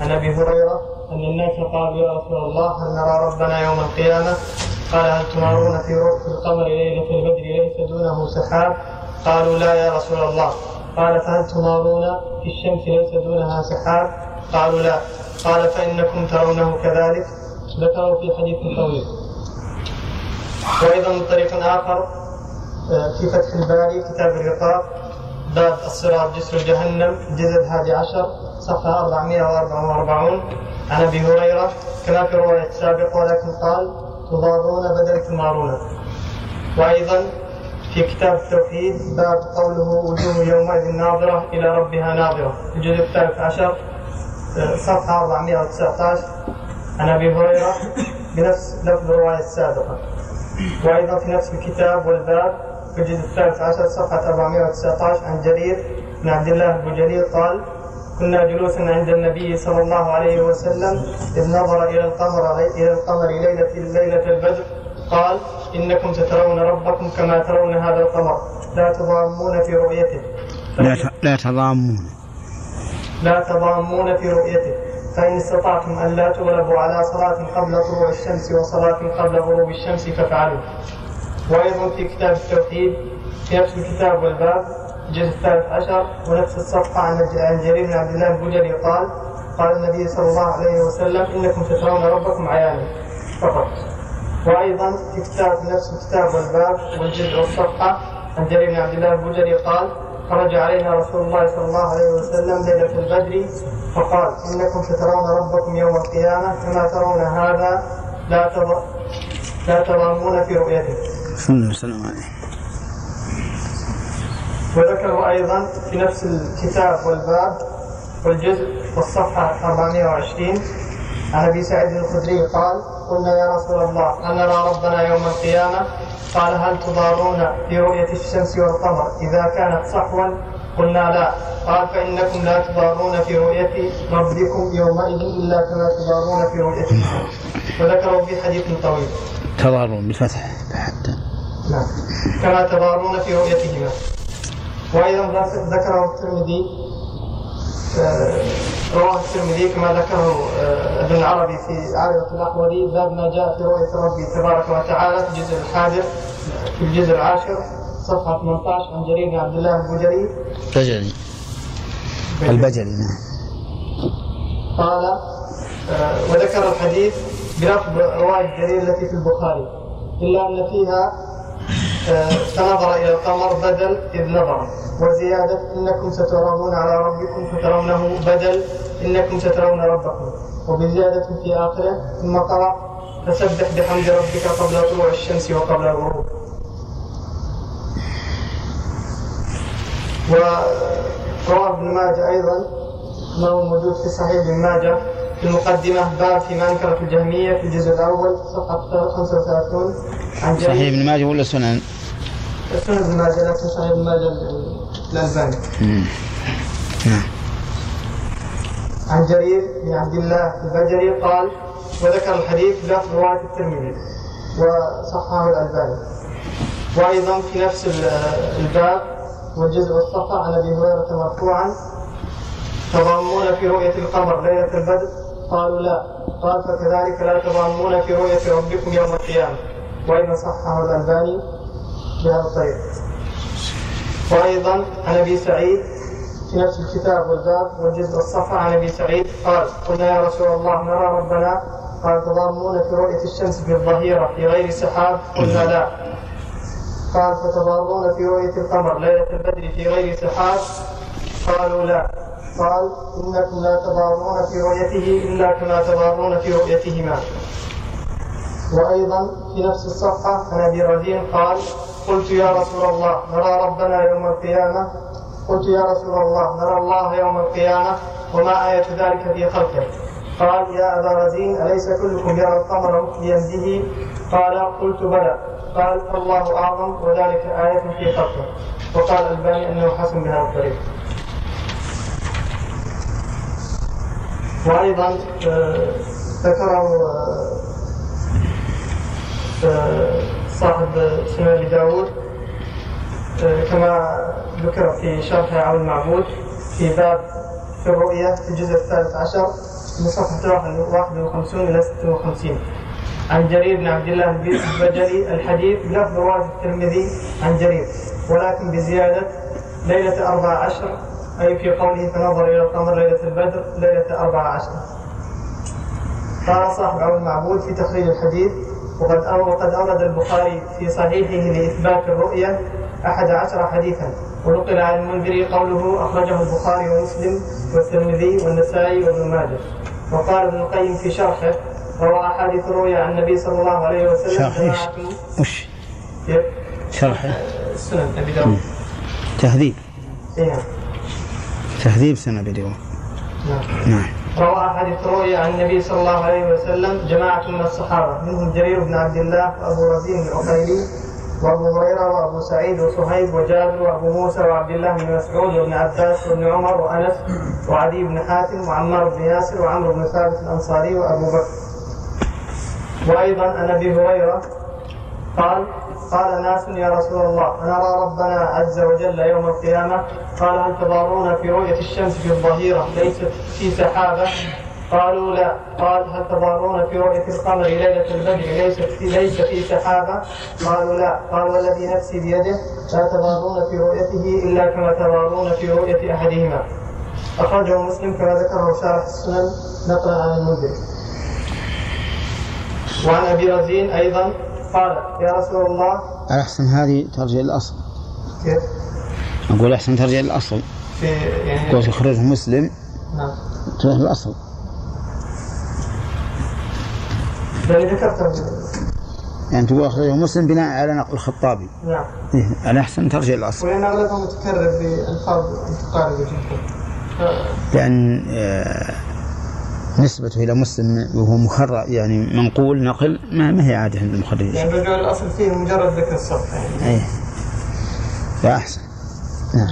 عن أبي هريرة أن الناس قالوا يا رسول الله هل نرى ربنا يوم القيامة؟ قال هل تمارون في رؤية القمر ليلة البدر ليس دونه سحاب؟ قالوا لا يا رسول الله. قال فهل تمارون في الشمس ليس دونها سحاب؟ قالوا لا. قال فإنكم ترونه كذلك. ذكروا في حديث طويل. وأيضا من طريق آخر في فتح الباري كتاب الرقاق باب الصراط جسر جهنم الجزء الحادي عشر صفحة أربعمائة وأربعة وأربعين عن أبي هريرة كما في الرواية السابقة ولكن قال تضارون بدل تمارون. وأيضا في كتاب التوحيد باب قوله وجوه يومئذ ناظرة إلى ربها ناظرة الجزء الثالث عشر صفحة أربعمائة وتسعة عشر عن أبي هريرة بنفس لفظ الرواية السابقة. وأيضا في نفس الكتاب والباب في الجزء الثالث عشر صفحة أربعمائة وتسعة عشر عن جرير بن عبد الله البجلي قال كنا جلوسا عند النبي صلى الله عليه وسلم إذ نظر إلى القمر إلى القمر ليلة ليلة البدر قال إنكم سترون ربكم كما ترون هذا القمر لا تضامون في رؤيته لا لا تضامون لا تضامون في رؤيته فإن استطعتم أن لا تغلبوا على صلاة قبل طلوع الشمس وصلاة قبل غروب الشمس فافعلوا. وأيضا في كتاب التوحيد في نفس الكتاب والباب الجزء الثالث عشر ونفس الصفحة عن جرير بن عبد الله البجلي قال قال النبي صلى الله عليه وسلم إنكم سترون ربكم عيانا فقط. وأيضا في كتاب نفس الكتاب والباب والجزء والصفحة عن جرير بن عبد الله البجلي قال خرج علينا رسول الله صلى الله عليه وسلم ليلة البدر فقال إنكم سترون ربكم يوم القيامة كما ترون هذا لا تض... لا تضامون في رؤيته. السلام عليكم. وذكروا أيضا في نفس الكتاب والباب والجزء والصفحة أربعمائة وعشرين عن أبي سعيد الخدري قال قلنا يا رسول الله هل نرى ربنا يوم القيامة؟ قال هل تضارون في رؤية الشمس والقمر إذا كانت صحوا؟ قلنا لا. قال فإنكم لا تضارون في رؤية ربكم يومئذ إلا كما تضارون في رؤيته. وذكروا في حديث طويل تضارون بفتح حتى نعم كما تضارون في رؤيتهما. وأيضا ذكره الترمذي رواه الترمذي كما ذكره ابن العربي في عارضة الأحوذي باب ما جاء في رؤية ربي تبارك وتعالى في الجزء الحادث في الجزء العاشر صفحة ثمانية عشر عن جرير بن عبد الله البجلي بجلي البجلي نعم قال وذكر الحديث بلفظ رواية جرير التي في البخاري إلا أن فيها فنظر إلى القمر بدل إذ نظر وزيادة إنكم سترون على ربكم فترونه بدل إنكم سترون ربكم وبزيادة في آخره ثم قرأ فسبح بحمد ربك قبل طلوع الشمس وقبل الغروب. وروى ابن ماجه أيضا ما هو موجود في صحيح ابن ماجه في المقدمة باب في ما أنكرت الجهمية في الجزء الأول صفحة خمسة وثلاثين عن صحيح ابن ماجه ولا سنن؟ سنن ابن ماجه لكن صحيح ابن ماجه الألباني. عن جرير بن عبد الله البجلي قال وذكر الحديث بلفظ رواية الترمذي وصححه الألباني. وأيضا في نفس الباب والجزء والصفحة عن أبي هريرة مرفوعا تضامون في رؤية القمر ليلة البدر؟ قالوا لا. قال فكذلك لا تضامون في رؤية ربكم يوم القيامة. وأيضا صححه الألباني بهذا الطريق. وأيضا عن أبي سعيد في نفس الكتاب والباب والجزء والصفحة عن أبي سعيد قال قلنا يا رسول الله نرى ربنا؟ قال تضامون في رؤية الشمس في الظهيرة في غير سحاب؟ قلنا لا. قال فتضامون في رؤية القمر ليلة البدر في غير سحاب؟ قالوا لا. قال إنكم لا تضارون في رؤيته إلا كما تضارون في رؤيتهما. وأيضا في نفس الصفحة عن أبي رزين قال قلت يا رسول الله نرى ربنا يوم القيامة؟ قلت يا رسول الله نرى الله يوم القيامة وما آية ذلك في خلقه؟ قال يا أبا رزين أليس كلكم يرى القمر مخليا به؟ قال قلت بلى. قال الله أعظم وذلك آية في خلقه. وقال الألباني أنه حسن بهذا الطريق. وأيضا ذكره صاحب سنن أبي داود كما ذكر في شرح عون المعبود في باب في الرؤية في الجزء الثالث عشر من صفحة واحد وخمسين إلى ستة وخمسين. عن جرير بن عبد الله البجلي الحديث بلفظ رواية الترمذي عن جرير ولكن بزيادة ليلة أربع عشر، أي في قوله فنظر إلى القمر ليلة البدر ليلة أربع عشر. قال صاحب عون المعبود في تخريج الحديث وقد وقد أورد البخاري في صحيحه لإثبات الرؤية أحد عشر حديثا، ونقل عن المنذري قوله أخرجه البخاري ومسلم والترمذي والنسائي وابن ماجه. وقال ابن القيم في شرحه روى أحاديث الرؤيا عن النبي صلى الله عليه وسلم. شرح وش؟ شرحه السنن أبي داود. تهذيب. إيه. تهذيب سنن أبي داود. نعم. نعم. روى أحاديث الرؤيا عن النبي صلى الله عليه وسلم جماعة من الصحابة منهم جرير بن عبد الله وأبو رزين العقيلي وأبو هريرة وأبو سعيد وصهيب وجابر وأبو موسى وعبد الله بن مسعود وابن عباس وابن عمر وأنس وعدي بن حاتم وعمار بن ياسر وعمرو بن ثابت الأنصاري وأبو بكر. وأيضا عن أبي هريرة قال قال ناس يا رسول الله نرى ربنا عز وجل يوم القيامة، قال هل تضارون في رؤية الشمس في الظهيرة ليست في سحابة؟ قالوا لا. قال هل تضارون في رؤية القمر ليلة البدر ليست في ليس في سحابة؟ قالوا لا. قال والذي نفسي بيده لا تضارون في رؤيته إلا كما تضارون في رؤية أحدهما. أخرجه مسلم كما ذكره شارح السنن نقلا عن المنذري. وعن أبي رزين أيضا قال يا رسول الله. أحسن هذه ترجع الأصل. كيف؟ أقول أحسن ترجع الأصل. في يعني. قول أخرجه مسلم. نعم. ترجع الأصل. يعني ذكرت. يعني تقول أخرجه مسلم بناء على نقل الخطابي. نعم. إيه على أحسن ترجع الأصل. وإن أغلبها متكرر بألفاظ متقاربة جدا. لأن آه نسبته إلى مسلم وهو مخرر يعني منقول نقل ما ما هي عادة عند المخرجين. يعني رجع الأصل فيه مجرد ذكر الصف يعني. إيه. لا أحسن. نعم.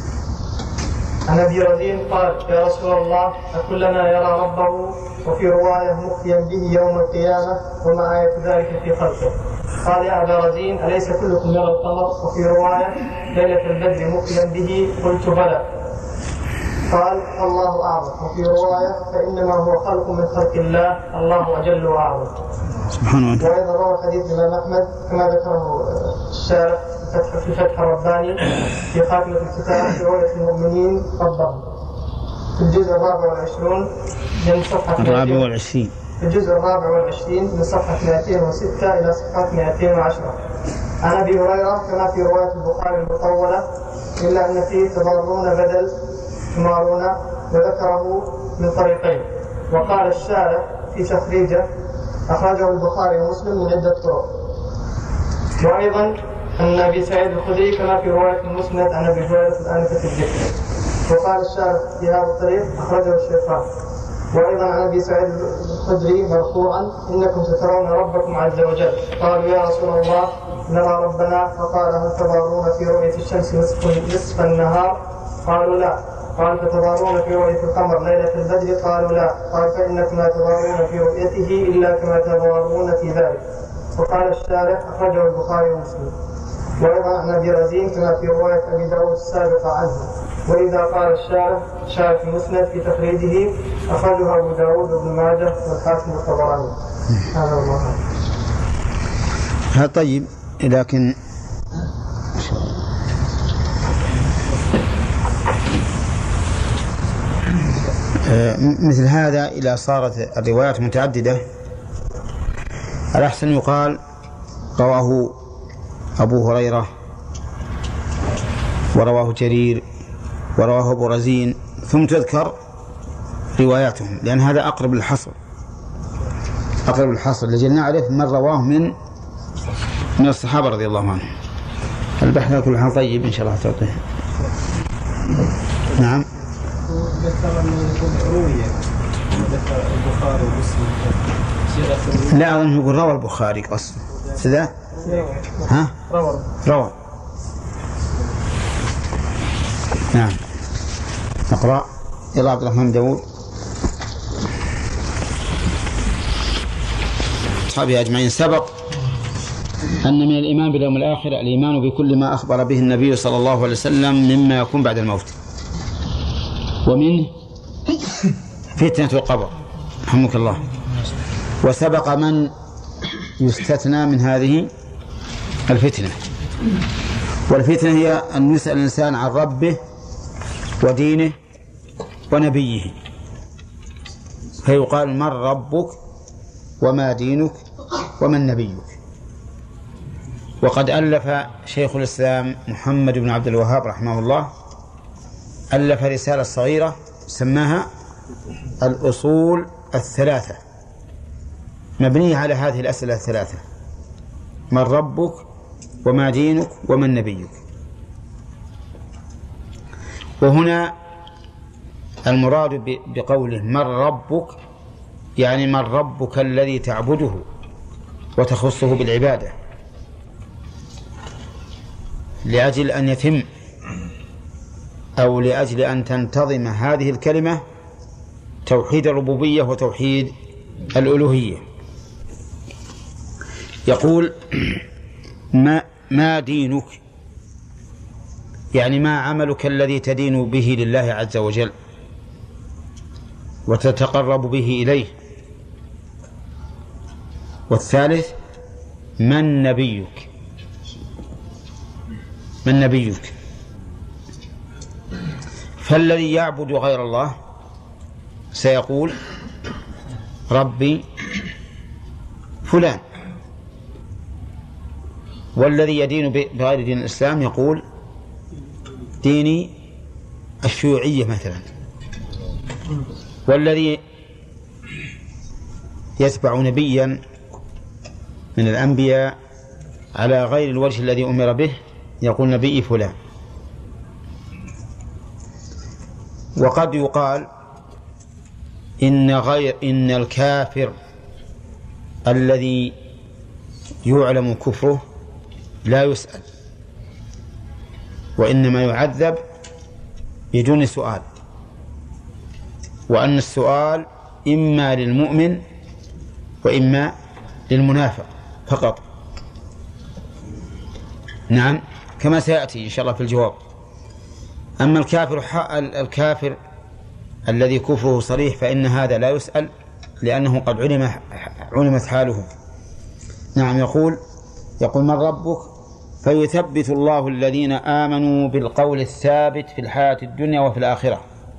عن أبي رزين قال يا رسول الله أكلنا يرى ربه وفي رواية مخفيا به يوم القيامة وما آية ذلك في خلقه؟ قال يا أبا رزين أليس كلكم يرى القمر؟ وفي رواية ليلة البدر مخفيا به؟ قلت بلى. قال الله أعظم. وفي رواية فإنما هو خلق من خلق الله الله أجل وأعظم. سبحانه وتعالى. وأيضا روى حديث الإمام أحمد كما ذكره الشارح في فتح الرباني في خاتمة الكتاب في رؤية المؤمنين ربهم في الجزء الرابع والعشرون من صفحة الرابع والعشرين في الجزء الرابع والعشرين من صفحة مئتين وستة إلى صفحة مئتين وعشرة. عن أبي هريرة كما في رواية البخاري المطولة إلا أن فيه تضارون بدل تمارون وذكره من طريقين. وقال الشارح في تخريجه أخرجه البخاري ومسلم من عدة طرق. وأيضا أن أبي سعيد الخدري كما في رواية المسند عن أبي هريرة الآنفة في الذكر. وقال الشارح في هذا الطريق أخرجه الشيخان. وأيضا عن أبي سعيد الخدري مرفوعا إنكم سترون ربكم عز وجل. قالوا يا رسول الله نرى ربنا، فقال هل تضارون في رؤية الشمس نصف, نصف النهار؟ قالوا لا. قال فتضارون في رؤية القمر ليلة البدر؟ قالوا لا. قال فإنكم لا تضارون في رؤيته إلا كما تضارون في ذلك. وقال الشارح أخرجه البخاري ومسلم. وأيضا عن أبي رزين كما في رواية أبي داود السابقة عنه. وإذا قال الشارح شارح المسند في تخريجه أخرجه أبو داود وابن ماجه والحاكم والطبراني. هذا الله. ها طيب لكن مثل هذا إذا صارت الروايات متعددة الأحسن يقال رواه أبو هريرة ورواه جرير ورواه أبو رزين ثم تذكر رواياتهم، لأن هذا أقرب للحصر أقرب للحصر لجل نعرف من رواه من من الصحابة رضي الله عنهم. البحث كل حال طيب إن شاء الله تعطيه. نعم. لا أظن يقول روى البخاري قصد سذا ها روى روى. نعم. نقرأ. يلا عبد الرحمن داود. أصحابه أجمعين. سبق أن من الإيمان باليوم الآخر الإيمان بكل ما أخبر به النبي صلى الله عليه وسلم مما يكون بعد الموت، ومنه فتنة القبر رحمك الله. وسبق من يستثنى من هذه الفتنة، والفتنة هي أن يسأل الإنسان عن ربه ودينه ونبيه، فيقال من ربك وما دينك ومن نبيك. وقد ألف شيخ الإسلام محمد بن عبد الوهاب رحمه الله ألف رسالة صغيرة سماها الأصول الثلاثة، مبنية على هذه الأسئلة الثلاثة: من ربك وما دينك ومن نبيك. وهنا المراد بقوله من ربك يعني من ربك الذي تعبده وتخصه بالعبادة، لأجل أن يتم أو لأجل أن تنتظم هذه الكلمة توحيد الربوبية وتوحيد الألوهية. يقول ما, ما دينك يعني ما عملك الذي تدين به لله عز وجل وتتقرب به إليه. والثالث من نبيك، من نبيك. فالذي يعبد غير الله سيقول ربي فلان، والذي يدين بغير دين الإسلام يقول ديني الشيوعية مثلا، والذي يتبع نبيا من الأنبياء على غير الوجه الذي أمر به يقول نبي فلان. وقد يقال إن غير إن الكافر الذي يعلم كفره لا يسأل، وإنما يعذب بدون سؤال، وأن السؤال إما للمؤمن وإما للمنافق فقط. نعم، كما سيأتي إن شاء الله في الجواب. أما الكافر الكافر الذي كفره صريح فإن هذا لا يسأل لأنه قد علم علمت حاله. نعم، يقول يقول من ربك فيثبت الله الذين آمنوا بالقول الثابت في الحياة الدنيا وفي الآخرة.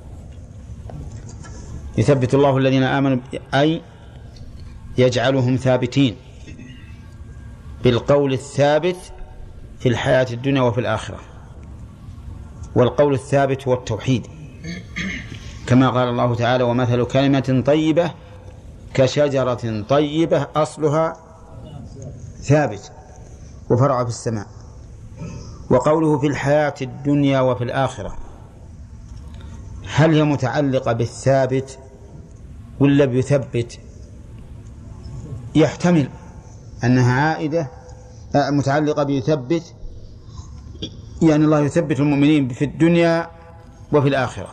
يثبت الله الذين آمنوا أي يجعلهم ثابتين بالقول الثابت في الحياة الدنيا وفي الآخرة. والقول الثابت هو التوحيد، كما قال الله تعالى ومثل كلمة طيبة كشجرة طيبة أصلها ثابت وفرع في السماء. وقوله في الحياة الدنيا وفي الآخرة هل هي متعلقة بالثابت ولا بيثبت؟ يحتمل أنها عائدة متعلقة بيثبت، يعني الله يثبت المؤمنين في الدنيا وفي الآخرة،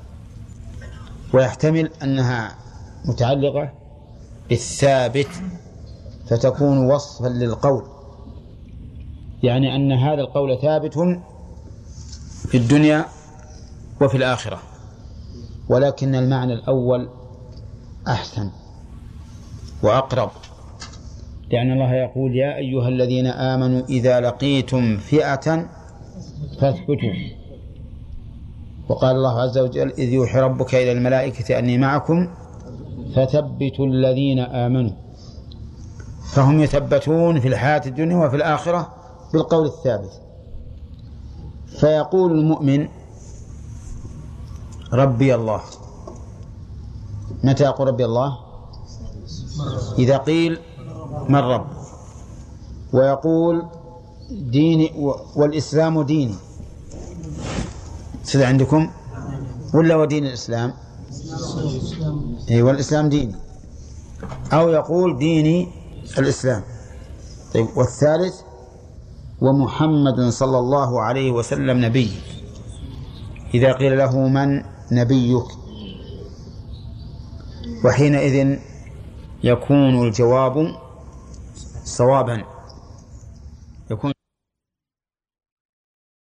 ويحتمل أنها متعلقة بالثابت فتكون وصفا للقول، يعني أن هذا القول ثابت في الدنيا وفي الآخرة. ولكن المعنى الأول أحسن وأقرب، لأن الله يقول يا أيها الذين آمنوا إذا لقيتم فئة فاثبتوا. وقال الله عز وجل إذ يوحي ربك إلى الملائكة أني معكم فثبتوا الذين آمنوا. فهم يثبتون في الحياة الدنيا وفي الآخرة بالقول الثابت. فيقول المؤمن ربي الله. متى يقول ربي الله؟ إذا قيل من رب. ويقول ديني والإسلام ديني. سيد عندكم ولا ودين الإسلام؟ إيه، والإسلام ديني. أو يقول ديني الإسلام. طيب، والثالث ومحمد صلى الله عليه وسلم نبي. إذا قيل له من نبيك؟ وحينئذ يكون الجواب صوابا، يكون